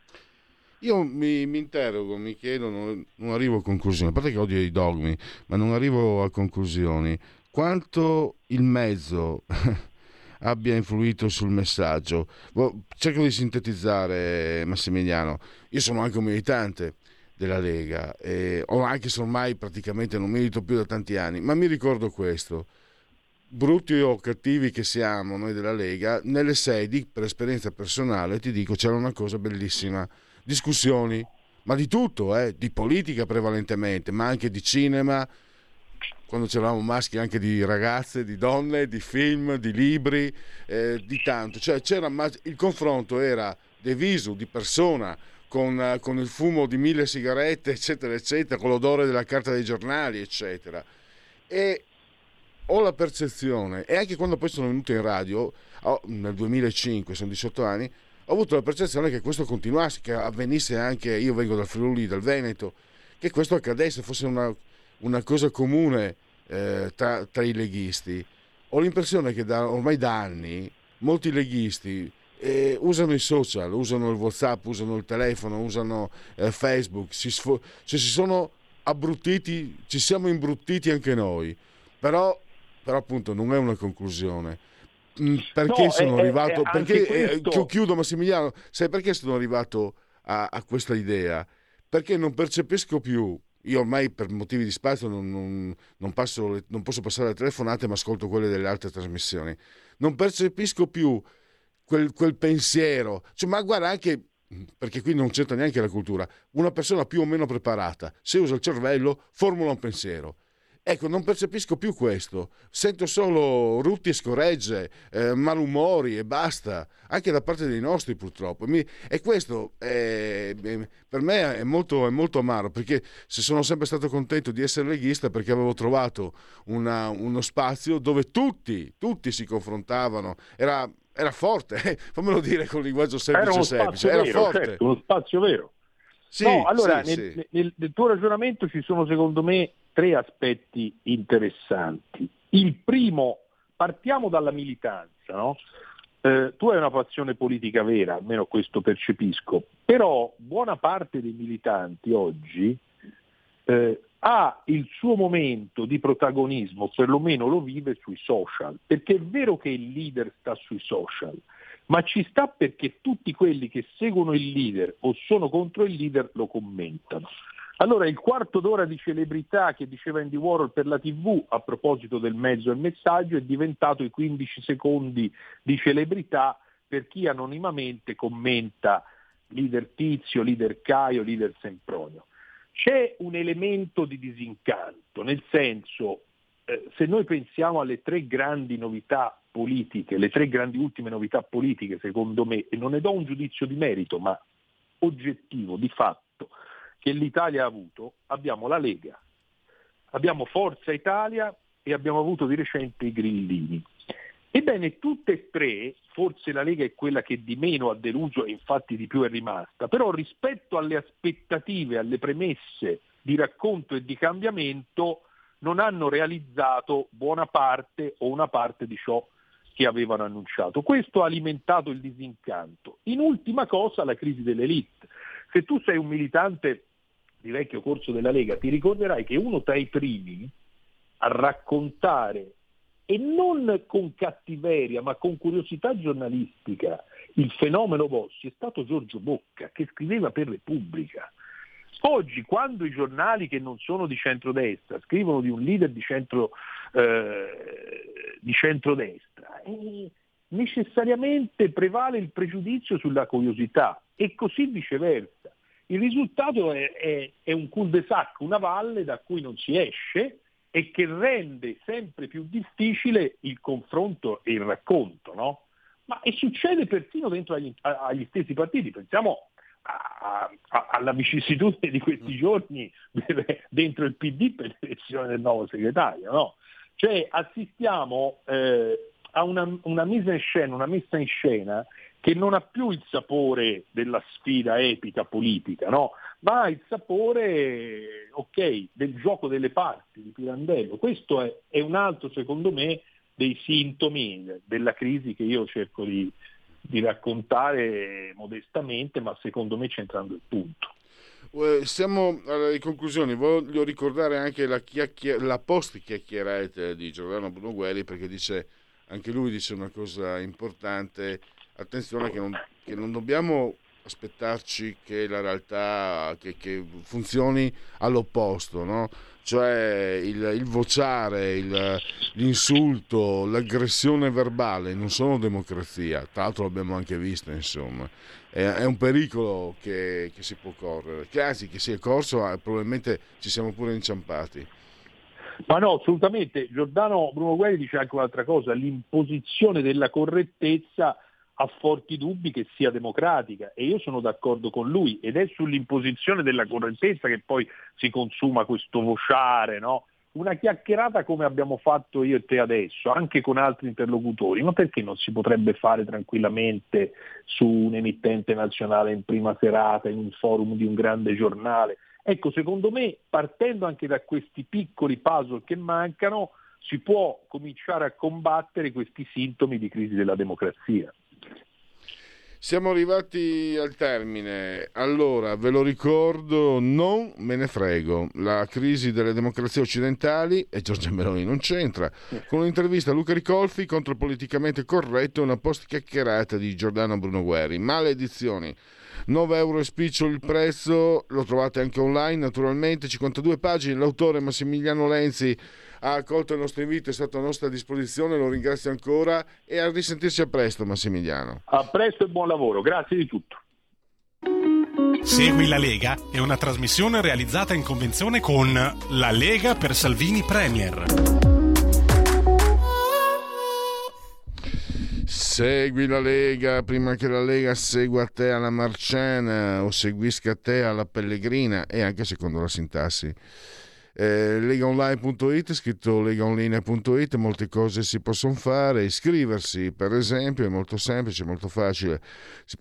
Io mi interrogo, mi chiedo, non arrivo a conclusioni, a parte che odio i dogmi, ma non arrivo a conclusioni. Quanto il mezzo abbia influito sul messaggio. Cerco di sintetizzare, Massimiliano. Io sono anche un militante della Lega, anche se ormai praticamente non milito più da tanti anni, ma mi ricordo questo: brutti o cattivi che siamo noi della Lega, nelle sedi, per esperienza personale, ti dico, c'era una cosa bellissima: discussioni, ma di tutto, di politica prevalentemente, ma anche di cinema, quando c'eravamo maschi, anche di ragazze, di donne, di film, di libri, di tanto. Cioè il confronto era de visu, di persona, con il fumo di 1000 sigarette, eccetera, eccetera, con l'odore della carta dei giornali, eccetera. E ho la percezione, e anche quando poi sono venuto in radio, nel 2005, sono 18 anni, ho avuto la percezione che questo continuasse, che avvenisse anche, io vengo dal Friuli, dal Veneto, che questo accadesse, fosse una cosa comune tra i leghisti. Ho l'impressione che ormai da anni molti leghisti usano i social, usano il WhatsApp, usano il telefono, usano Facebook, si sono abbruttiti, ci siamo imbruttiti anche noi, però appunto non è una conclusione. Perché sono arrivato? Perché chiudo, Massimiliano, sai perché sono arrivato a questa idea? Perché non percepisco più. Io ormai per motivi di spazio non posso passare le telefonate, ma ascolto quelle delle altre trasmissioni. Non percepisco più quel pensiero. Cioè, ma guarda, anche perché qui non c'entra neanche la cultura. Una persona più o meno preparata, se usa il cervello, formula un pensiero. Ecco, non percepisco più questo, sento solo rutti e scoregge, malumori e basta, anche da parte dei nostri purtroppo. E questo per me è molto amaro, perché se sono sempre stato contento di essere leghista perché avevo trovato uno spazio dove tutti si confrontavano, era forte, fammelo dire con linguaggio semplice, era vero, forte. Certo, uno spazio vero. Sì, no, allora, sì. Nel tuo ragionamento ci sono secondo me 3 aspetti interessanti. Il primo, partiamo dalla militanza, no? Tu hai una passione politica vera, almeno questo percepisco, però buona parte dei militanti oggi ha il suo momento di protagonismo, perlomeno lo vive sui social, perché è vero che il leader sta sui social, ma ci sta perché tutti quelli che seguono il leader o sono contro il leader lo commentano. Allora il quarto d'ora di celebrità che diceva Andy Warhol per la TV a proposito del mezzo e messaggio è diventato i 15 secondi di celebrità per chi anonimamente commenta leader Tizio, leader Caio, leader Sempronio. C'è un elemento di disincanto, nel senso, se noi pensiamo alle 3 grandi novità politiche, le 3 grandi ultime novità politiche, secondo me, e non ne do un giudizio di merito, ma oggettivo, di fatto, che l'Italia ha avuto, abbiamo la Lega, abbiamo Forza Italia e abbiamo avuto di recente i Grillini. Ebbene, tutte e 3, forse la Lega è quella che di meno ha deluso e infatti di più è rimasta, però rispetto alle aspettative, alle premesse di racconto e di cambiamento, non hanno realizzato buona parte o una parte di ciò che avevano annunciato. Questo ha alimentato il disincanto. In ultima cosa, la crisi dell'elite. Se tu sei un militante di vecchio corso della Lega, ti ricorderai che uno tra i primi a raccontare, e non con cattiveria, ma con curiosità giornalistica, il fenomeno Bossi è stato Giorgio Bocca, che scriveva per Repubblica. Oggi, quando i giornali che non sono di centrodestra scrivono di un leader di centrodestra, necessariamente prevale il pregiudizio sulla curiosità e così viceversa. Il risultato è un cul-de-sac, una valle da cui non si esce e che rende sempre più difficile il confronto e il racconto, no? E succede persino dentro agli stessi partiti. Pensiamo alla vicissitudine di questi giorni dentro il PD per l'elezione del nuovo segretario, no? Cioè assistiamo a una messa in scena che non ha più il sapore della sfida epica politica, no? Ma ha il sapore, del gioco delle parti di Pirandello. Questo è un altro, secondo me, dei sintomi della crisi che io cerco di raccontare modestamente, ma secondo me centrando il punto. Siamo alle conclusioni. Voglio ricordare anche la post chiacchierata di Giordano Bruno Guerri, perché anche lui dice una cosa importante. Attenzione che non dobbiamo aspettarci che la realtà che funzioni all'opposto, no? Cioè il vociare, l'insulto, l'aggressione verbale non sono democrazia. Tra l'altro l'abbiamo anche visto, insomma. È un pericolo che si può correre, che si è corso, probabilmente ci siamo pure inciampati. Ma no, assolutamente. Giordano Bruno Guerri dice anche un'altra cosa: l'imposizione della correttezza ha forti dubbi che sia democratica, e io sono d'accordo con lui, ed è sull'imposizione della correttezza che poi si consuma questo vociare, no? Una chiacchierata come abbiamo fatto io e te adesso, anche con altri interlocutori, ma perché non si potrebbe fare tranquillamente su un emittente nazionale in prima serata, in un forum di un grande giornale? Ecco, secondo me, partendo anche da questi piccoli puzzle che mancano, si può cominciare a combattere questi sintomi di crisi della democrazia. Siamo arrivati al termine. Allora, ve lo ricordo, non me ne frego. La crisi delle democrazie occidentali, e Giorgia Meloni non c'entra, con un'intervista a Luca Ricolfi contro il politicamente corretto e una post chiacchierata di Giordano Bruno Guerri. Maledizioni. 9 euro e spicciolo il prezzo, lo trovate anche online naturalmente, 52 pagine. L'autore Massimiliano Lenzi ha accolto il nostro invito, è stato a nostra disposizione, lo ringrazio ancora e a risentirci a presto, Massimiliano. A presto e buon lavoro, grazie di tutto. Segui la Lega è una trasmissione realizzata in convenzione con La Lega per Salvini Premier. Segui la Lega prima che la Lega segua te alla Marciana o seguisca te alla Pellegrina, e anche secondo la sintassi. Legaonline.it, scritto legaonline.it, molte cose si possono fare. Iscriversi, per esempio, è molto semplice, molto facile. Si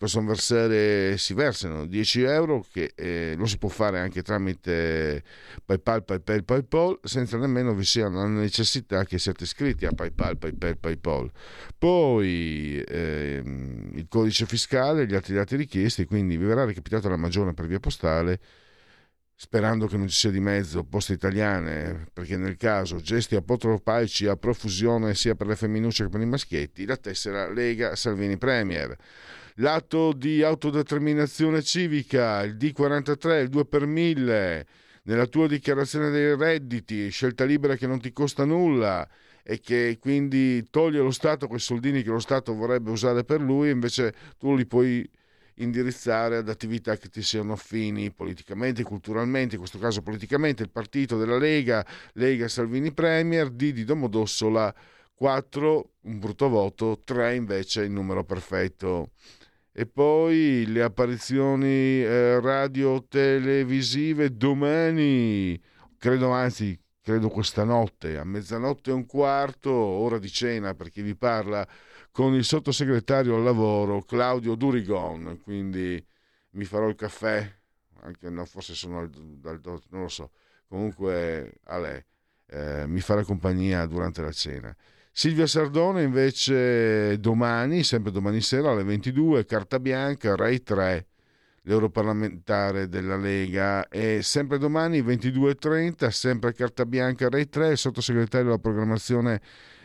versano 10 euro, che lo si può fare anche tramite PayPal, senza nemmeno vi sia la necessità che siate iscritti a PayPal. Poi il codice fiscale, gli altri dati richiesti, quindi vi verrà recapitata la maggiore per via postale, sperando che non ci sia di mezzo Poste Italiane, perché nel caso gesti apotropaici a profusione sia per le femminucce che per i maschietti, la tessera Lega Salvini Premier. L'atto di autodeterminazione civica, il D43, il 2 per 1000, nella tua dichiarazione dei redditi, scelta libera che non ti costa nulla e che quindi toglie allo Stato quei soldini che lo Stato vorrebbe usare per lui, invece tu li puoi indirizzare ad attività che ti siano affini politicamente, culturalmente, in questo caso politicamente. Il partito della Lega Salvini Premier, D di Domodossola, 4 un brutto voto, 3 invece il numero perfetto. E poi le apparizioni radio televisive domani, credo questa notte a 00:15, ora di cena per chi vi parla, con il sottosegretario al lavoro Claudio Durigon, quindi mi farò il caffè, anche no, forse sono non lo so, comunque a lei mi farà compagnia durante la cena. Silvia Sardone invece sempre domani sera alle 22, carta bianca, Rai 3, l'europarlamentare della Lega, e sempre domani 22:30, sempre carta bianca, Rai 3, il sottosegretario della programmazione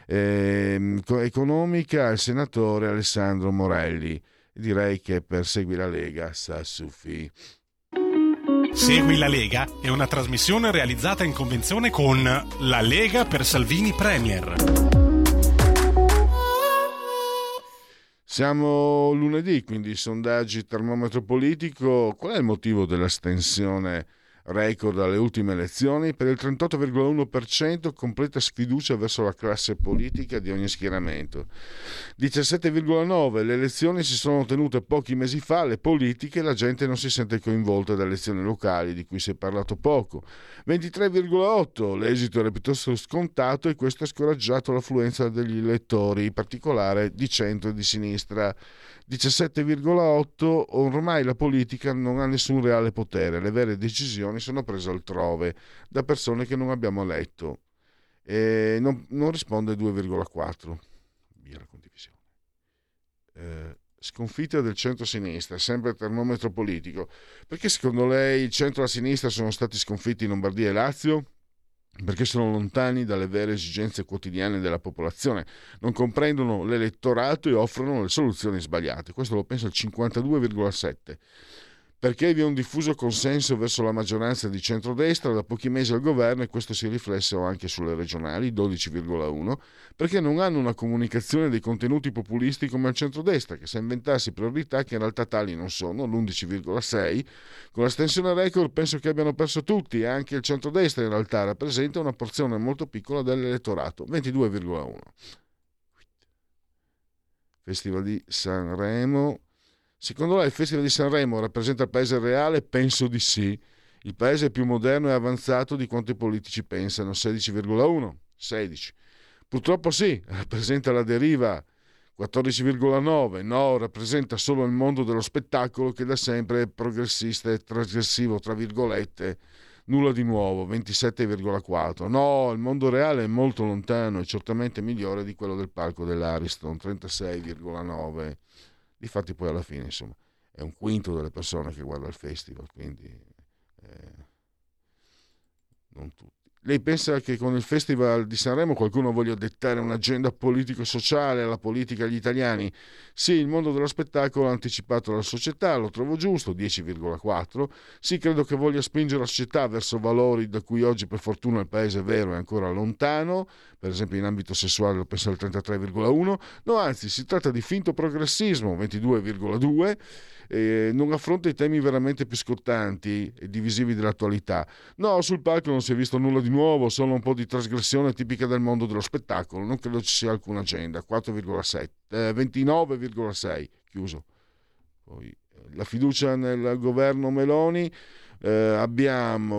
economica, il senatore Alessandro Morelli. Direi che per Segui la Lega sa suffi. Segui la Lega è una trasmissione realizzata in convenzione con La Lega per Salvini Premier. Siamo lunedì, quindi sondaggi, termometro politico. Qual è il motivo dell'astensione record alle ultime elezioni? Per il 38,1% completa sfiducia verso la classe politica di ogni schieramento. 17,9% le elezioni si sono tenute pochi mesi fa, le politiche, la gente non si sente coinvolta da elezioni locali di cui si è parlato poco. 23,8% l'esito era piuttosto scontato e questo ha scoraggiato l'affluenza degli elettori, in particolare di centro e di sinistra. 17,8% ormai la politica non ha nessun reale potere, le vere decisioni sono prese altrove da persone che non abbiamo eletto. E non risponde 2,4%. Via la condivisione. Sconfitta del centro-sinistra, sempre termometro politico. Perché secondo lei il centro e la sinistra sono stati sconfitti in Lombardia e Lazio? Perché sono lontani dalle vere esigenze quotidiane della popolazione, non comprendono l'elettorato e offrono le soluzioni sbagliate. Questo lo pensa il 52,7%. Perché vi è un diffuso consenso verso la maggioranza di centrodestra da pochi mesi al governo, e questo si riflesse anche sulle regionali, 12,1%, perché non hanno una comunicazione dei contenuti populisti come al centrodestra, che sa inventarsi priorità che in realtà tali non sono, l'11,6%. Con l'astensione record penso che abbiano perso tutti, e anche il centrodestra in realtà rappresenta una porzione molto piccola dell'elettorato, 22,1%. Festival di Sanremo. Secondo lei il Festival di Sanremo rappresenta il paese reale? Penso di sì. Il paese è più moderno e avanzato di quanto i politici pensano, 16,1%. 16%. Purtroppo sì, rappresenta la deriva, 14,9%. No, rappresenta solo il mondo dello spettacolo che da sempre è progressista e trasgressivo, tra virgolette. Nulla di nuovo, 27,4%. No, il mondo reale è molto lontano e certamente migliore di quello del palco dell'Ariston, 36,9%. Difatti poi alla fine, insomma, è un quinto delle persone che guarda il festival, quindi non tutti. Lei pensa che con il Festival di Sanremo qualcuno voglia dettare un'agenda politico-sociale alla politica agli italiani? Sì, il mondo dello spettacolo ha anticipato la società, lo trovo giusto, 10,4. Sì, credo che voglia spingere la società verso valori da cui oggi per fortuna il paese vero è ancora lontano, per esempio in ambito sessuale lo penso al 33,1. No, anzi, si tratta di finto progressismo, 22,2. Non affronta i temi veramente più scottanti e divisivi dell'attualità. No, sul palco non si è visto nulla di nuovo, solo un po' di trasgressione tipica del mondo dello spettacolo. Non credo ci sia alcuna agenda. 29,6 chiuso. Poi la fiducia nel governo Meloni, abbiamo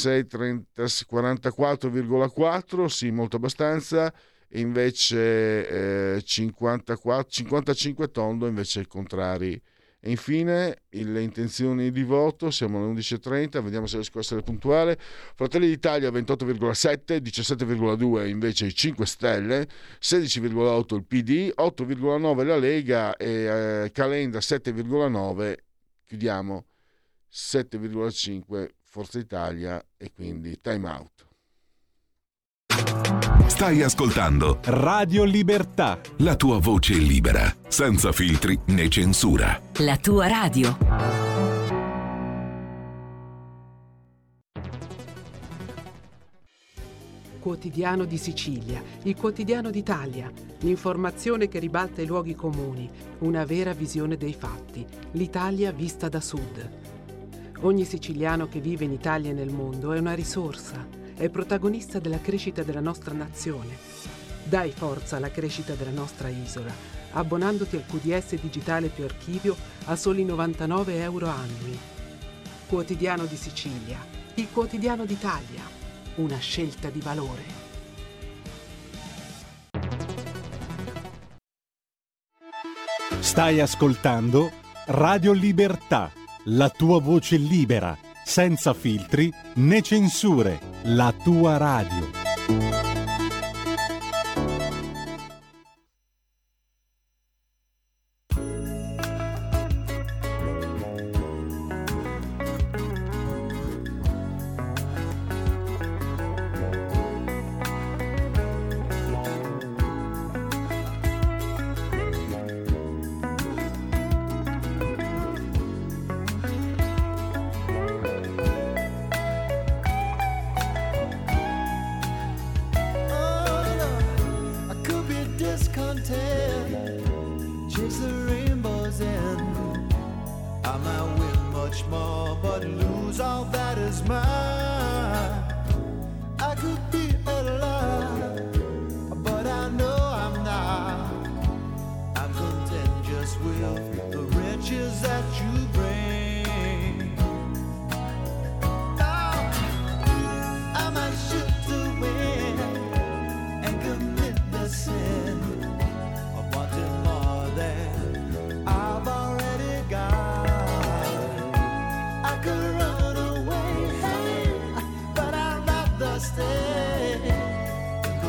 44,4, sì, molto abbastanza, e invece 55 tondo, invece contrari. E infine le intenzioni di voto, siamo alle 11.30, vediamo se riesco a essere puntuale. Fratelli d'Italia 28,7, 17,2 invece i 5 Stelle, 16,8 il PD, 8,9 la Lega e Calenda 7,9, chiudiamo 7,5 Forza Italia e quindi time out. Stai ascoltando Radio Libertà, la tua voce libera, senza filtri né censura. La tua radio. Quotidiano di Sicilia, il quotidiano d'Italia, l'informazione che ribalta i luoghi comuni, una vera visione dei fatti, l'Italia vista da sud. Ogni siciliano che vive in Italia e nel mondo è una risorsa. È protagonista della crescita della nostra nazione. Dai forza alla crescita della nostra isola, abbonandoti al QDS digitale più archivio a soli 99 euro annui. Quotidiano di Sicilia, il quotidiano d'Italia, una scelta di valore. Stai ascoltando Radio Libertà, la tua voce libera, senza filtri né censure, la tua radio.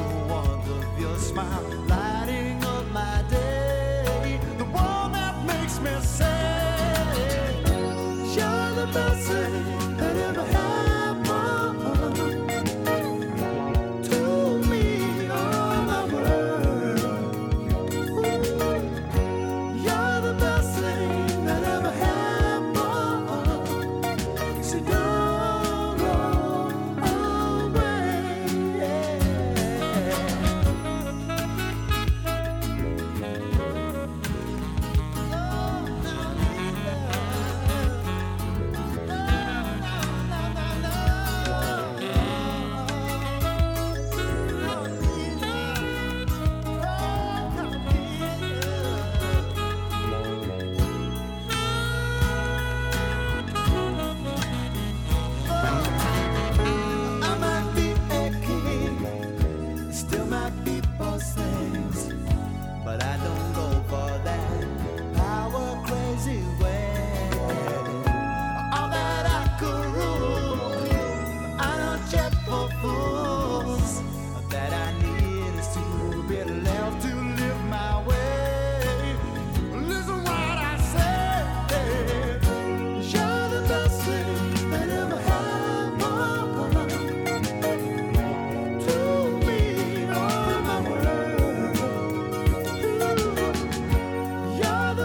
Lighting up my day, the one that makes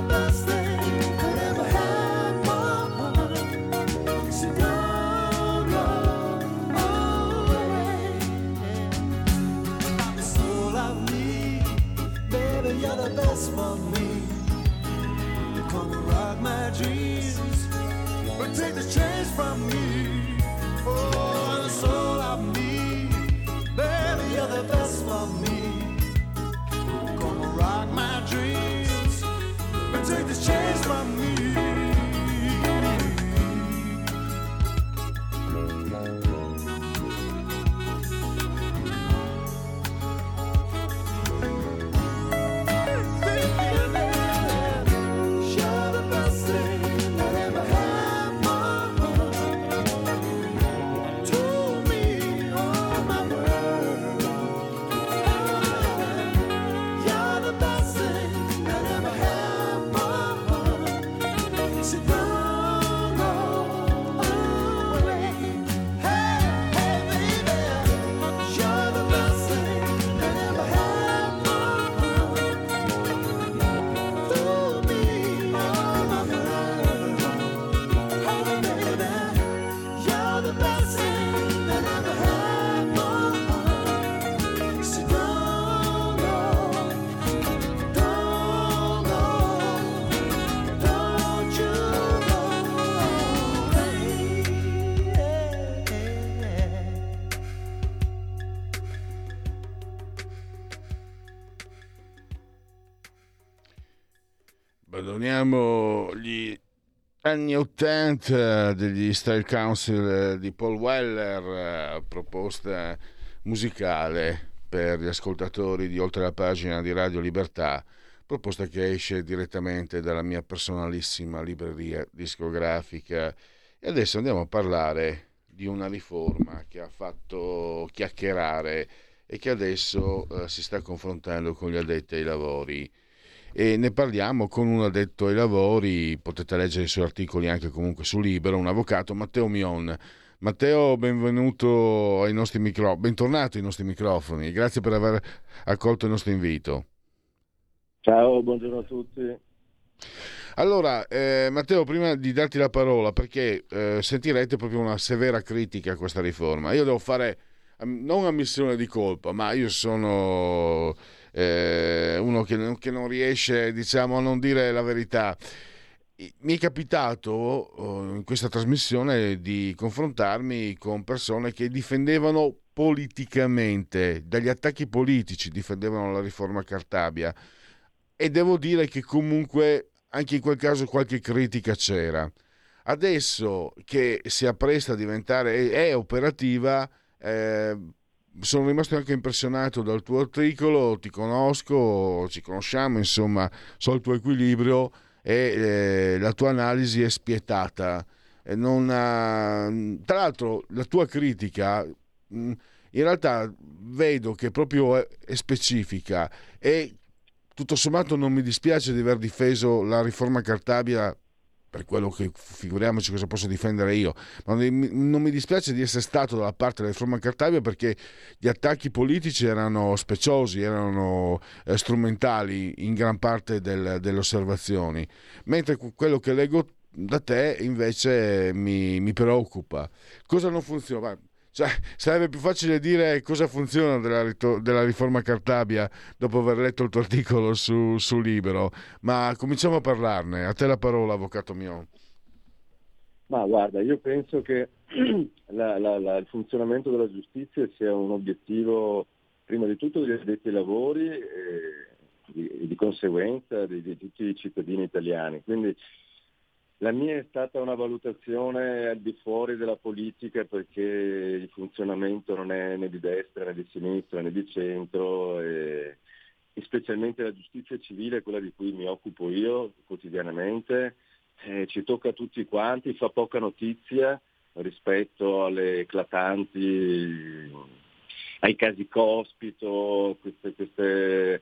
Abbandoniamo gli anni 80 degli Style Council di Paul Weller, proposta musicale per gli ascoltatori di Oltre la Pagina di Radio Libertà, proposta che esce direttamente dalla mia personalissima libreria discografica. E adesso andiamo a parlare di una riforma che ha fatto chiacchierare e che adesso si sta confrontando con gli addetti ai lavori. E ne parliamo con un addetto ai lavori, potete leggere i suoi articoli anche comunque su Libero, un avvocato, Matteo Mion. Matteo, bentornato ai nostri microfoni, grazie per aver accolto il nostro invito. Ciao, buongiorno a tutti. Allora, Matteo, prima di darti la parola, perché sentirete proprio una severa critica a questa riforma, io devo fare non ammissione di colpa, ma io sono uno che non riesce, diciamo, a non dire la verità. Mi è capitato in questa trasmissione di confrontarmi con persone che difendevano politicamente, dagli attacchi politici, difendevano la riforma Cartabia, e devo dire che comunque anche in quel caso qualche critica c'era. Adesso che si appresta a diventare, è operativa, sono rimasto anche impressionato dal tuo articolo, ti conosco, ci conosciamo, insomma, so il tuo equilibrio e la tua analisi è spietata. Tra l'altro la tua critica in realtà vedo che proprio è specifica e tutto sommato non mi dispiace di aver difeso la riforma Cartabia, per quello che figuriamoci cosa posso difendere io, ma non mi dispiace di essere stato dalla parte della riforma Cartabia, perché gli attacchi politici erano speciosi, erano strumentali in gran parte delle osservazioni, mentre quello che leggo da te invece mi preoccupa. Cosa non funziona? Cioè, sarebbe più facile dire cosa funziona della riforma Cartabia dopo aver letto il tuo articolo su Libero, ma cominciamo a parlarne. A te la parola, avvocato mio. Ma guarda, io penso che il funzionamento della giustizia sia un obiettivo prima di tutto degli addetti ai lavori e di conseguenza di tutti i cittadini italiani. Quindi la mia è stata una valutazione al di fuori della politica, perché il funzionamento non è né di destra né di sinistra né di centro, e specialmente la giustizia civile, quella di cui mi occupo io quotidianamente, ci tocca a tutti quanti, fa poca notizia rispetto alle eclatanti, ai casi Cospito, queste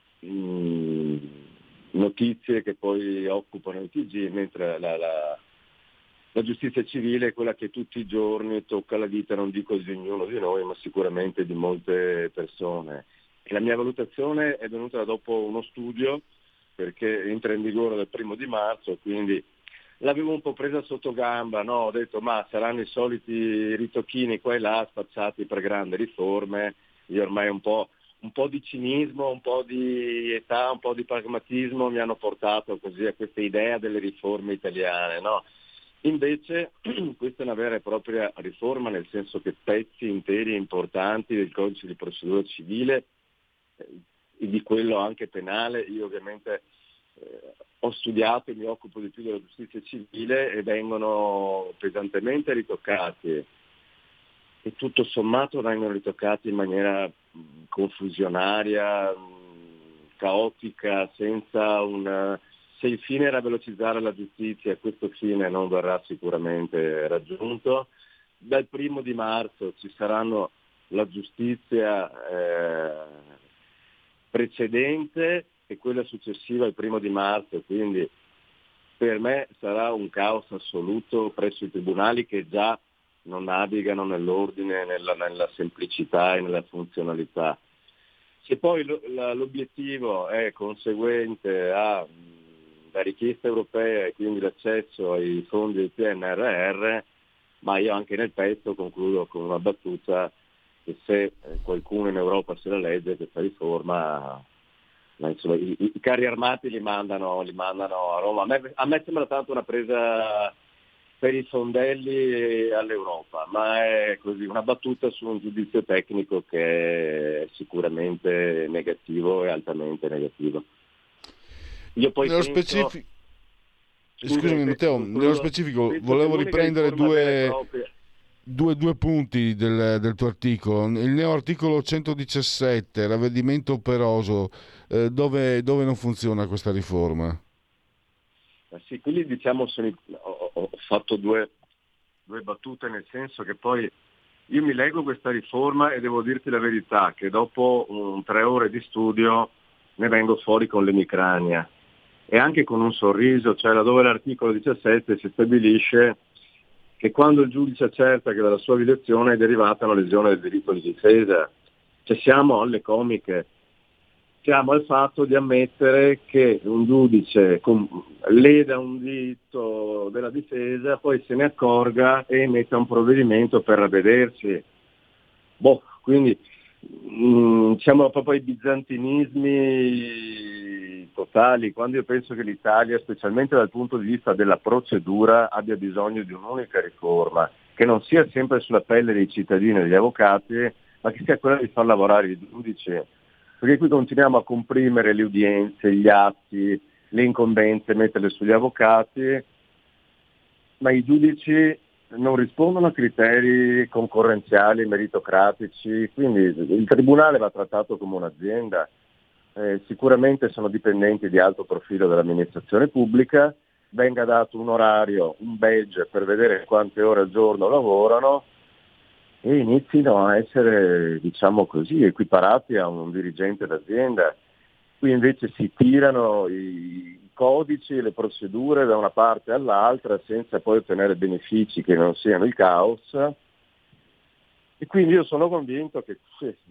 notizie che poi occupano i TG, mentre la giustizia civile è quella che tutti i giorni tocca la vita, non dico di ognuno di noi, ma sicuramente di molte persone. E la mia valutazione è venuta dopo uno studio perché entra in vigore dal 1 marzo, quindi l'avevo un po' presa sotto gamba, no? Ho detto ma saranno i soliti ritocchini qua e là spacciati per grandi riforme. Io ormai un po' di cinismo, un po' di età, un po' di pragmatismo mi hanno portato così a questa idea delle riforme italiane, no? Invece questa è una vera e propria riforma, nel senso che pezzi interi e importanti del codice di procedura civile e di quello anche penale, io ovviamente ho studiato e mi occupo di più della giustizia civile, e vengono pesantemente ritoccati e tutto sommato vengono ritoccati in maniera confusionaria, caotica, senza se il fine era velocizzare la giustizia, questo fine non verrà sicuramente raggiunto. Dal 1 marzo ci saranno la giustizia precedente e quella successiva al 1 marzo, quindi per me sarà un caos assoluto presso i tribunali, che già non navigano nell'ordine, nella semplicità e nella funzionalità. Se poi l'obiettivo è conseguente alla richiesta europea e quindi l'accesso ai fondi del PNRR, ma io anche nel pezzo concludo con una battuta, che se qualcuno in Europa se la legge questa riforma, insomma, i carri armati li mandano a Roma. A me sembra tanto una presa per i fondelli all'Europa, ma è così una battuta su un giudizio tecnico che è sicuramente negativo e altamente negativo. Io poi nello penso... specifico, scusami Matteo, nello specifico volevo riprendere due punti del tuo articolo. Il neoarticolo 117, ravvedimento operoso, dove non funziona questa riforma? Sì, quindi diciamo ho fatto due battute, nel senso che poi io mi leggo questa riforma e devo dirti la verità, che dopo 3 ore di studio ne vengo fuori con l'emicrania e anche con un sorriso, cioè laddove l'articolo 17 si stabilisce che quando il giudice accerta che dalla sua violazione è derivata una lesione del diritto di difesa, cioè siamo alle comiche. Siamo al fatto di ammettere che un giudice leda un diritto della difesa, poi se ne accorga e emetta un provvedimento per ravvedersi. Quindi siamo proprio ai bizantinismi totali, quando io penso che l'Italia, specialmente dal punto di vista della procedura, abbia bisogno di un'unica riforma, che non sia sempre sulla pelle dei cittadini e degli avvocati, ma che sia quella di far lavorare i giudici. Perché qui continuiamo a comprimere le udienze, gli atti, le incombenze, metterle sugli avvocati, ma i giudici non rispondono a criteri concorrenziali, meritocratici, quindi il tribunale va trattato come un'azienda. Sicuramente sono dipendenti di alto profilo dell'amministrazione pubblica, venga dato un orario, un badge per vedere quante ore al giorno lavorano, e inizino a essere, diciamo così, equiparati a un dirigente d'azienda. Qui invece si tirano i codici e le procedure da una parte all'altra senza poi ottenere benefici che non siano il caos, e quindi io sono convinto che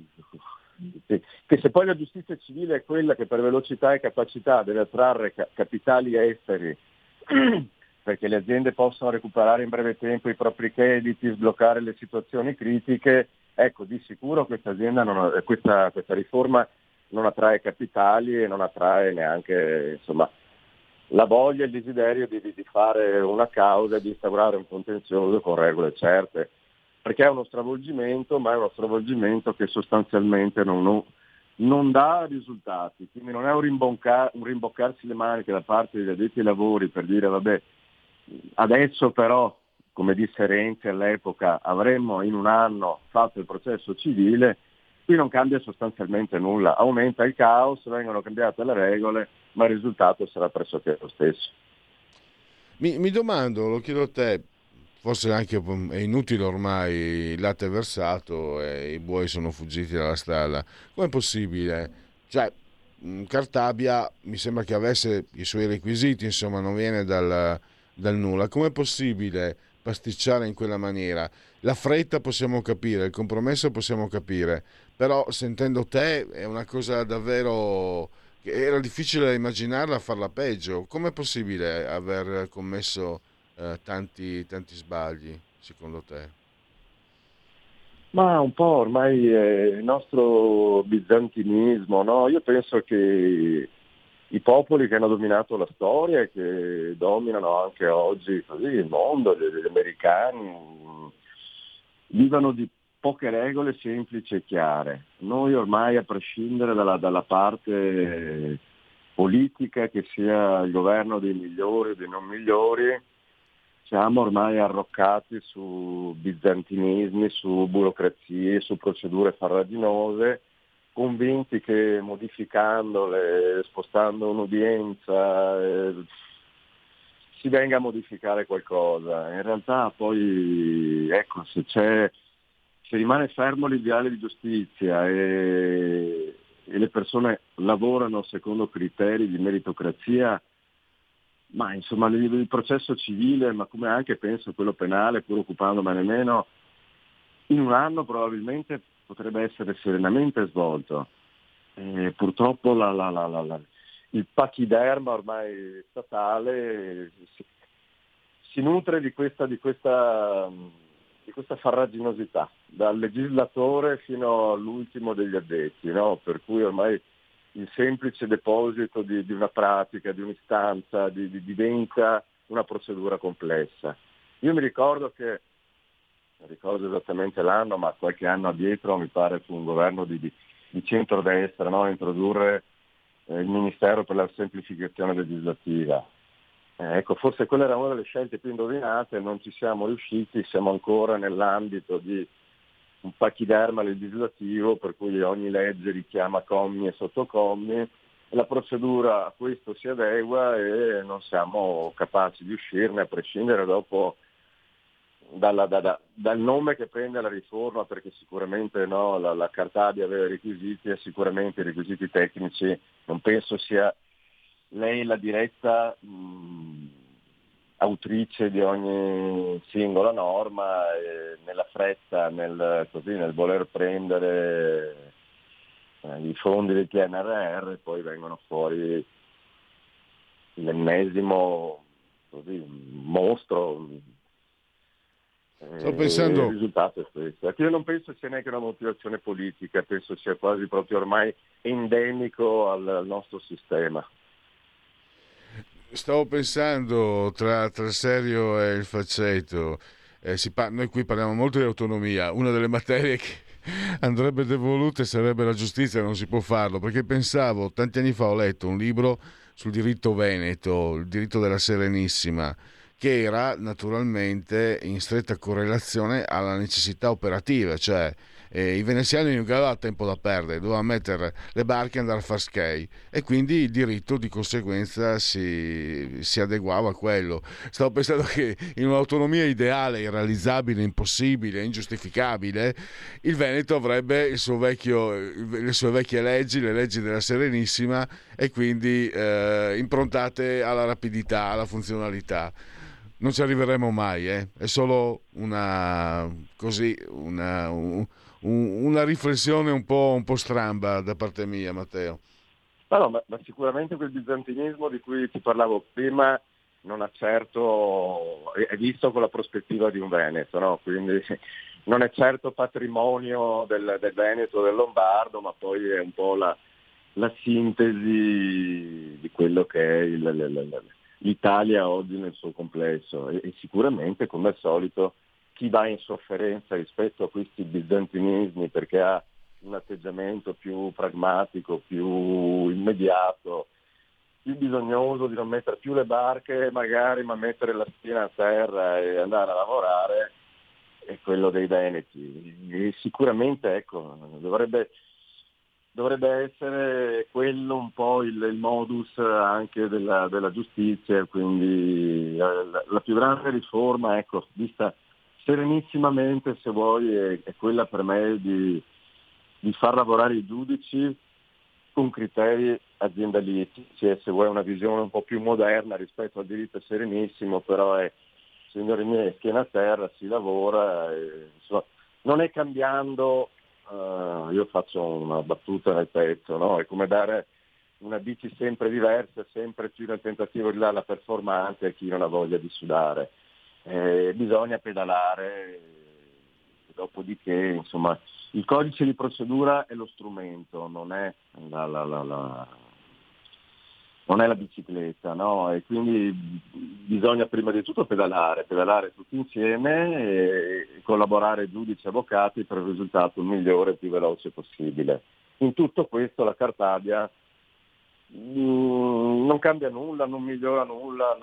se poi la giustizia civile è quella che per velocità e capacità deve attrarre capitali esteri perché le aziende possono recuperare in breve tempo i propri crediti, sbloccare le situazioni critiche, ecco, di sicuro questa riforma non attrae capitali e non attrae neanche, insomma, la voglia e il desiderio di fare una causa e di instaurare un contenzioso con regole certe, perché è uno stravolgimento, ma è uno stravolgimento che sostanzialmente non dà risultati, quindi non è un rimboccarsi le maniche da parte degli addetti ai lavori per dire vabbè, adesso però, come disse Renzi all'epoca, avremmo in un anno fatto il processo civile. Qui non cambia sostanzialmente nulla, aumenta il caos, vengono cambiate le regole, ma il risultato sarà pressoché lo stesso. Mi domando, lo chiedo a te, forse anche è inutile ormai, il latte è versato e i buoi sono fuggiti dalla stalla. Com'è possibile? Cioè, Cartabia mi sembra che avesse i suoi requisiti, insomma, non viene dal nulla. Com'è possibile pasticciare in quella maniera? La fretta possiamo capire, il compromesso possiamo capire, però sentendo te è una cosa davvero che era difficile immaginarla farla peggio. Com'è possibile aver commesso tanti sbagli, secondo te? Ma un po' ormai è il nostro bizantinismo, no? Io penso che i popoli che hanno dominato la storia e che dominano anche oggi così il mondo, gli americani, vivono di poche regole semplici e chiare. Noi ormai, a prescindere dalla parte politica, che sia il governo dei migliori o dei non migliori, siamo ormai arroccati su bizantinismi, su burocrazie, su procedure farraginose, convinti che modificandole, spostando un'udienza, si venga a modificare qualcosa. In realtà poi, ecco, se rimane fermo l'ideale di giustizia e le persone lavorano secondo criteri di meritocrazia, ma insomma il processo civile, ma come anche penso quello penale, pur occupandomene meno, in un anno probabilmente potrebbe essere serenamente svolto. Purtroppo il pachiderma ormai statale si nutre di questa farraginosità, dal legislatore fino all'ultimo degli addetti, no? Per cui ormai il semplice deposito di una pratica, di un'istanza, diventa una procedura complessa. Io mi ricordo non ricordo esattamente l'anno, ma qualche anno addietro, mi pare fu un governo di centrodestra, no? A introdurre il Ministero per la semplificazione legislativa. Ecco, forse quella era una delle scelte più indovinate, non ci siamo riusciti, siamo ancora nell'ambito di un pachiderma legislativo per cui ogni legge richiama commi e sottocommi e la procedura a questo si adegua e non siamo capaci di uscirne, a prescindere dopo dal nome che prende la riforma, perché sicuramente no, la Cartabia aveva i requisiti e sicuramente i requisiti tecnici non penso sia lei la diretta autrice di ogni singola norma, e nella fretta, nel voler prendere i fondi del PNRR poi vengono fuori l'ennesimo mostro. Sto pensando... Il risultato è questo. Io non penso sia neanche una motivazione politica, penso sia quasi proprio ormai endemico al nostro sistema. Stavo pensando tra il serio e il faceto, noi qui parliamo molto di autonomia, una delle materie che andrebbe devolute sarebbe la giustizia, non si può farlo, perché pensavo, tanti anni fa ho letto un libro sul diritto veneto, il diritto della Serenissima, che era naturalmente in stretta correlazione alla necessità operativa, cioè i veneziani non avevano tempo da perdere, dovevano mettere le barche e andare a far skate, e quindi il diritto di conseguenza si adeguava a quello. Stavo pensando che in un'autonomia ideale, irrealizzabile, impossibile, ingiustificabile, il Veneto avrebbe le sue vecchie leggi, le leggi della Serenissima, e quindi improntate alla rapidità, alla funzionalità. Non ci arriveremo mai, è solo una riflessione un po' stramba da parte mia, Matteo. No, ma sicuramente quel bizantinismo di cui ti parlavo prima non ha certo, è visto con la prospettiva di un Veneto, no? Quindi non è certo patrimonio del Veneto, del Lombardo, ma poi è un po' la sintesi di quello che è l'Italia oggi nel suo complesso, e sicuramente, come al solito, chi va in sofferenza rispetto a questi bizantinismi perché ha un atteggiamento più pragmatico, più immediato, più bisognoso di non mettere più le barche magari, ma mettere la spina a terra e andare a lavorare, è quello dei veneti. E sicuramente, ecco, dovrebbe essere quello un po' il modus anche della giustizia, quindi la più grande riforma, ecco, vista serenissimamente, se vuoi, è quella per me di far lavorare i giudici con criteri aziendalistici, e se vuoi una visione un po' più moderna rispetto al diritto serenissimo, però è, signori miei, schiena a terra, si lavora, insomma, non è cambiando. Io faccio una battuta nel pezzo, no? È come dare una bici sempre diversa, sempre più nel tentativo di dare la performance a chi non ha voglia di sudare. Bisogna pedalare, dopodiché insomma il codice di procedura è lo strumento, non è non è la bicicletta, no? E quindi bisogna prima di tutto pedalare tutti insieme e collaborare giudici e avvocati per il risultato migliore e più veloce possibile. In tutto questo la Cartabia non cambia nulla, non migliora nulla,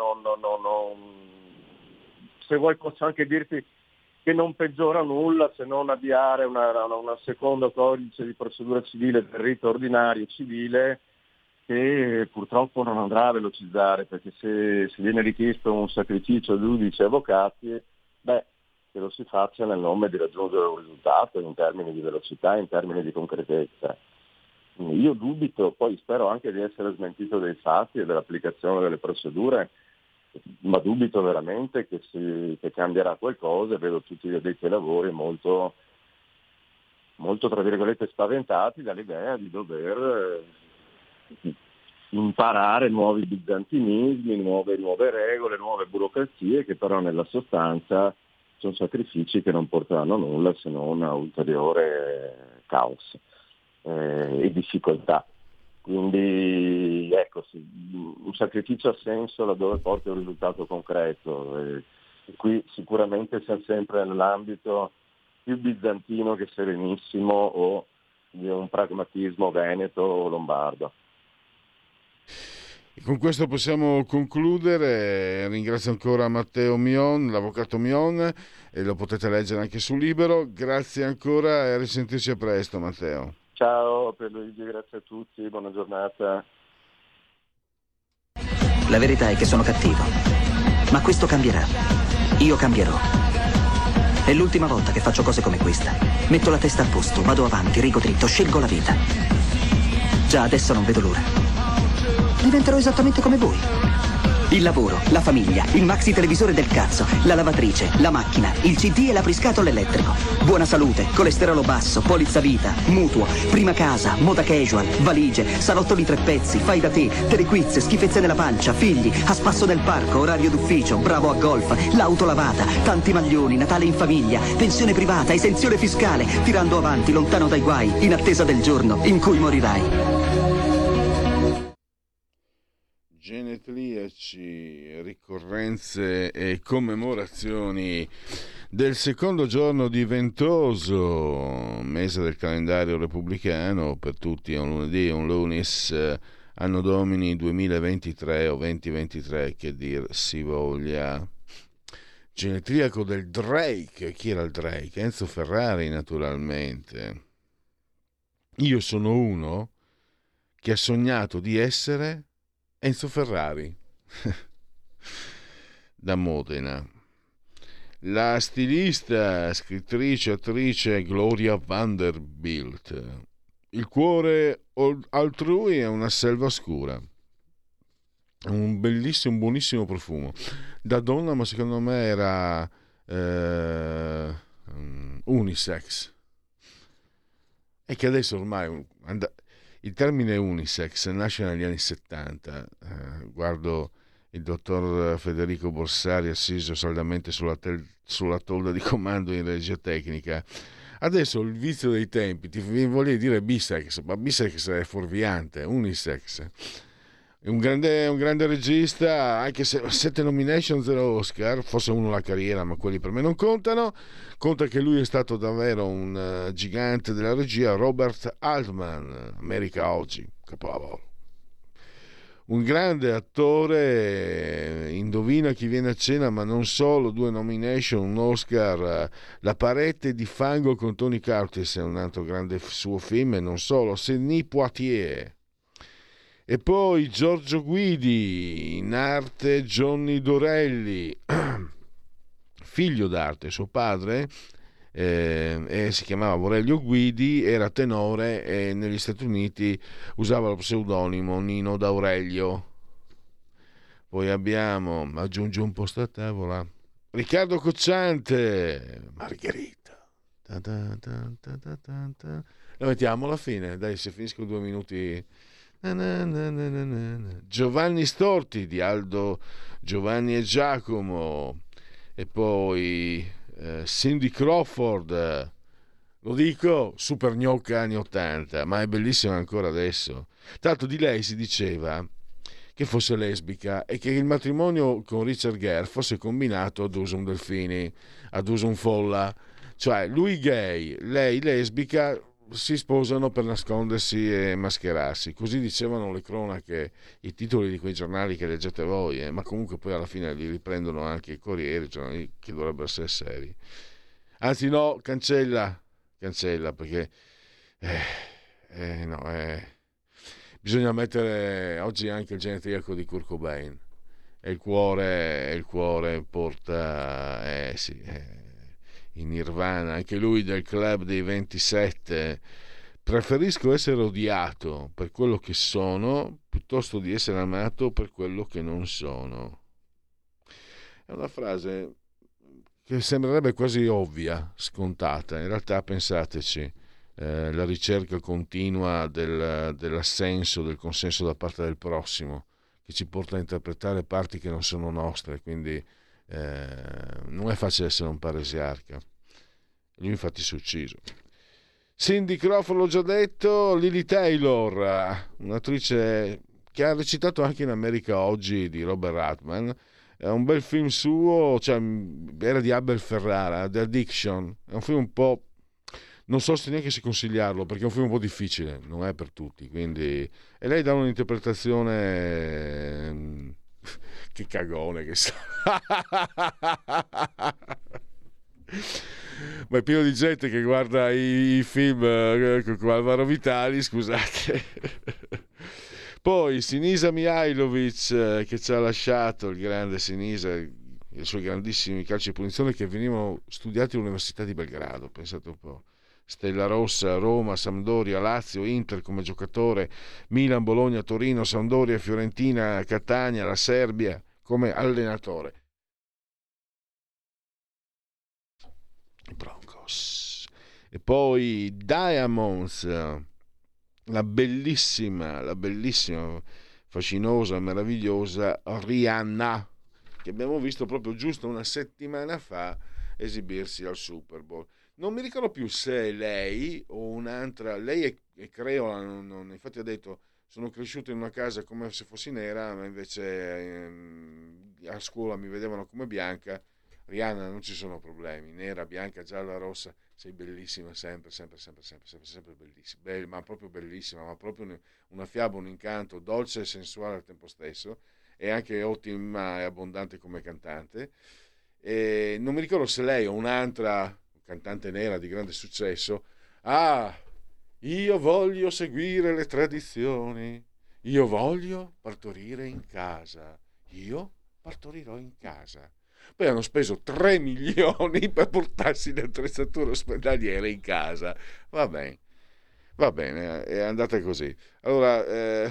se vuoi posso anche dirti che non peggiora nulla se non avviare una seconda codice di procedura civile per rito ordinario civile, che purtroppo non andrà a velocizzare, perché se viene richiesto un sacrificio a giudici e avvocati, che lo si faccia nel nome di raggiungere un risultato in termini di velocità, in termini di concretezza. Io dubito, poi spero anche di essere smentito dei fatti e dell'applicazione delle procedure, ma dubito veramente che cambierà qualcosa. Vedo tutti gli addetti ai lavori molto tra virgolette spaventati dall'idea di dover imparare nuovi bizantinismi, nuove regole, nuove burocrazie, che però nella sostanza sono sacrifici che non porteranno a nulla se non a ulteriore caos e difficoltà. Quindi ecco, un sacrificio ha senso laddove porta un risultato concreto, e qui sicuramente siamo sempre nell'ambito più bizantino che serenissimo o di un pragmatismo veneto o lombardo. Con questo possiamo concludere. Ringrazio ancora Matteo Mion, l'avvocato Mion, e lo potete leggere anche su Libero. Grazie ancora e a risentirci a presto, Matteo. Ciao Pierluigi, grazie a tutti, buona giornata. La verità è che sono cattivo, ma questo cambierà. Io cambierò. È l'ultima volta che faccio cose come questa. Metto la testa a posto, vado avanti, rigo dritto, scelgo la vita. Già adesso non vedo l'ora. Diventerò esattamente come voi. Il lavoro, la famiglia, il maxi televisore del cazzo, la lavatrice, la macchina, il CD e l'apriscatole elettrico. Buona salute, colesterolo basso, polizza vita, mutuo, prima casa, moda casual, valigie, salottoli 3 pezzi, fai da te, telequiz, schifezze nella pancia, figli, a spasso del parco, orario d'ufficio, bravo a golf, l'auto lavata, tanti maglioni, Natale in famiglia, pensione privata, esenzione fiscale, tirando avanti, lontano dai guai, in attesa del giorno in cui morirai. Genetriaci, ricorrenze e commemorazioni del secondo giorno di ventoso mese del calendario repubblicano. Per tutti è un lunedì, un lunis, anno domini 2023 o 2023, che dir si voglia. Genetriaco del Drake. Chi era il Drake? Enzo Ferrari, naturalmente. Io sono uno che ha sognato di essere Enzo Ferrari da Modena. La stilista, scrittrice, attrice Gloria Vanderbilt. Il cuore altrui è una selva scura. Un bellissimo, buonissimo profumo. Da donna, ma secondo me era unisex. E che adesso ormai il termine unisex nasce negli anni 70. Guardo il dottor Federico Borsari assiso saldamente sulla tolda di comando in regia tecnica. Adesso il vizio dei tempi ti voglio dire bisex, ma bisex è fuorviante. Unisex. È un grande regista, anche se 7 nomination, 0 Oscar, forse uno la carriera, ma quelli per me non contano. Conta che lui è stato davvero un gigante della regia. Robert Altman, America Oggi, capolavoro. Un grande attore, indovina chi viene a cena, ma non solo, 2 nomination, un Oscar, La parete di fango con Tony Curtis, è un altro grande suo film, e non solo, Sidney Poitier. E poi Giorgio Guidi, in arte Johnny Dorelli, figlio d'arte, suo padre si chiamava Aurelio Guidi, era tenore e negli Stati Uniti usava lo pseudonimo Nino D'Aurelio. Poi abbiamo, aggiunge un posto a tavola, Riccardo Cocciante, Margherita. La mettiamo alla fine, dai, se finisco 2 minuti. Giovanni Storti di Aldo, Giovanni e Giacomo, e poi Cindy Crawford, lo dico, super gnocca anni 80, ma è bellissima ancora adesso. Tanto di lei si diceva che fosse lesbica e che il matrimonio con Richard Gere fosse combinato ad Usum Delfini, ad Usum Folla, cioè lui gay, lei lesbica, si sposano per nascondersi e mascherarsi, così dicevano le cronache, i titoli di quei giornali che leggete voi, ma comunque poi alla fine li riprendono anche i Corrieri, giornali che dovrebbero essere seri. Anzi no, cancella perché bisogna mettere oggi anche il genetriaco di Kurt Cobain, e il cuore porta in Nirvana, anche lui del club dei 27. Preferisco essere odiato per quello che sono piuttosto di essere amato per quello che non sono. È una frase che sembrerebbe quasi ovvia, scontata. In realtà pensateci, la ricerca continua dell'assenso, del consenso da parte del prossimo, che ci porta a interpretare parti che non sono nostre, quindi non è facile essere un paresiarca. Lui infatti si è ucciso. Cindy Crawford l'ho già detto. Lily Taylor, un'attrice che ha recitato anche in America Oggi di Robert Altman, è un bel film suo, cioè era di Abel Ferrara, The Addiction. È un film un po', non so se neanche se consigliarlo, perché è un film un po' difficile, non è per tutti, quindi, e lei dà un'interpretazione che cagone che sta. Ma è pieno di gente che guarda i film con Alvaro Vitali, scusate. Poi Sinisa Mihajlovic, che ci ha lasciato, il grande Sinisa, i suoi grandissimi calci di punizione che venivano studiati all'Università di Belgrado, pensate un po'. Stella Rossa, Roma, Sampdoria, Lazio, Inter come giocatore, Milan, Bologna, Torino, Sampdoria, Fiorentina, Catania, la Serbia come allenatore. Broncos. E poi Diamonds, la bellissima, fascinosa, meravigliosa Rihanna, che abbiamo visto proprio giusto una settimana fa esibirsi al Super Bowl. Non mi ricordo più se è lei o un'altra. Lei è creola, infatti ha detto: sono cresciuta in una casa come se fossi nera, ma invece a scuola mi vedevano come bianca. Rihanna, non ci sono problemi, nera, bianca, gialla, rossa, sei bellissima sempre bellissima, ma proprio bellissima, ma proprio una fiaba, un incanto, dolce e sensuale al tempo stesso, e anche ottima e abbondante come cantante. E non mi ricordo se lei o un'altra cantante nera di grande successo. Io voglio seguire le tradizioni, io voglio partorire in casa, io partorirò in casa. Poi hanno speso 3 milioni per portarsi le attrezzature ospedaliere in casa. Va bene, è andata così. Allora,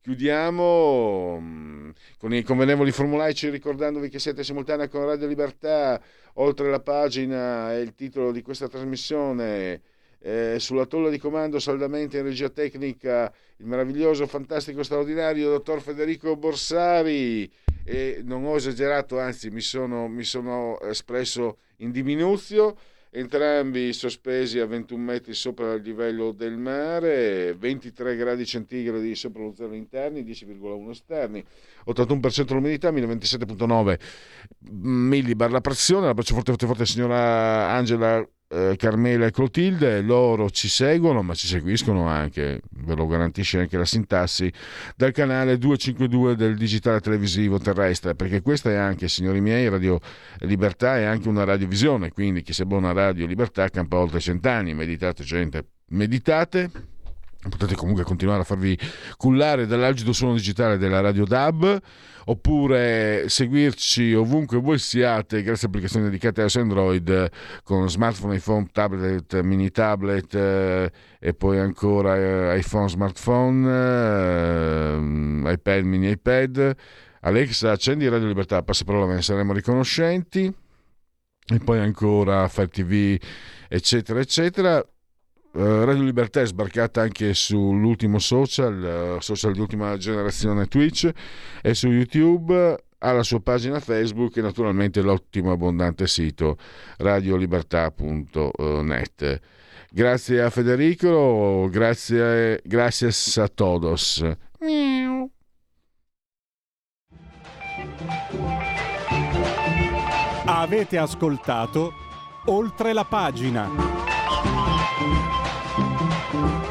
chiudiamo con i convenevoli formulaici, ricordandovi che siete simultanea con Radio Libertà. Oltre la pagina e il titolo di questa trasmissione, sulla tolla di comando saldamente in regia tecnica il meraviglioso, fantastico, straordinario dottor Federico Borsari, e non ho esagerato, anzi mi sono espresso in diminuzio. Entrambi sospesi a 21 metri sopra il livello del mare, 23 gradi centigradi sopra lo zero interni, 10,1 esterni, 81% l'umidità, 1027,9 millibar la pressione. L'abbraccio forte signora Angela, Carmela e Clotilde. Loro ci seguono, ma ci seguiscono anche, ve lo garantisce anche la sintassi, dal canale 252 del digitale televisivo terrestre, perché questa è anche, signori miei, Radio Libertà è anche una radiovisione, quindi chi segue una Radio Libertà campa oltre 100 anni. Meditate, gente, meditate. Potete comunque continuare a farvi cullare dall'algido suono digitale della Radio DAB, oppure seguirci ovunque voi siate grazie a applicazioni dedicate a iOS e Android, con smartphone, iPhone, tablet, mini tablet, e poi ancora iPhone, smartphone, iPad, mini iPad. Alexa, accendi Radio Libertà, passaparola, ve ne saremo riconoscenti. E poi ancora Fire TV, eccetera eccetera. Radio Libertà è sbarcata anche sull'ultimo social di ultima generazione Twitch e su YouTube, ha la sua pagina Facebook e naturalmente l'ottimo abbondante sito radiolibertà.net. Grazie a Federico, gracias a todos. Avete ascoltato Oltre la pagina.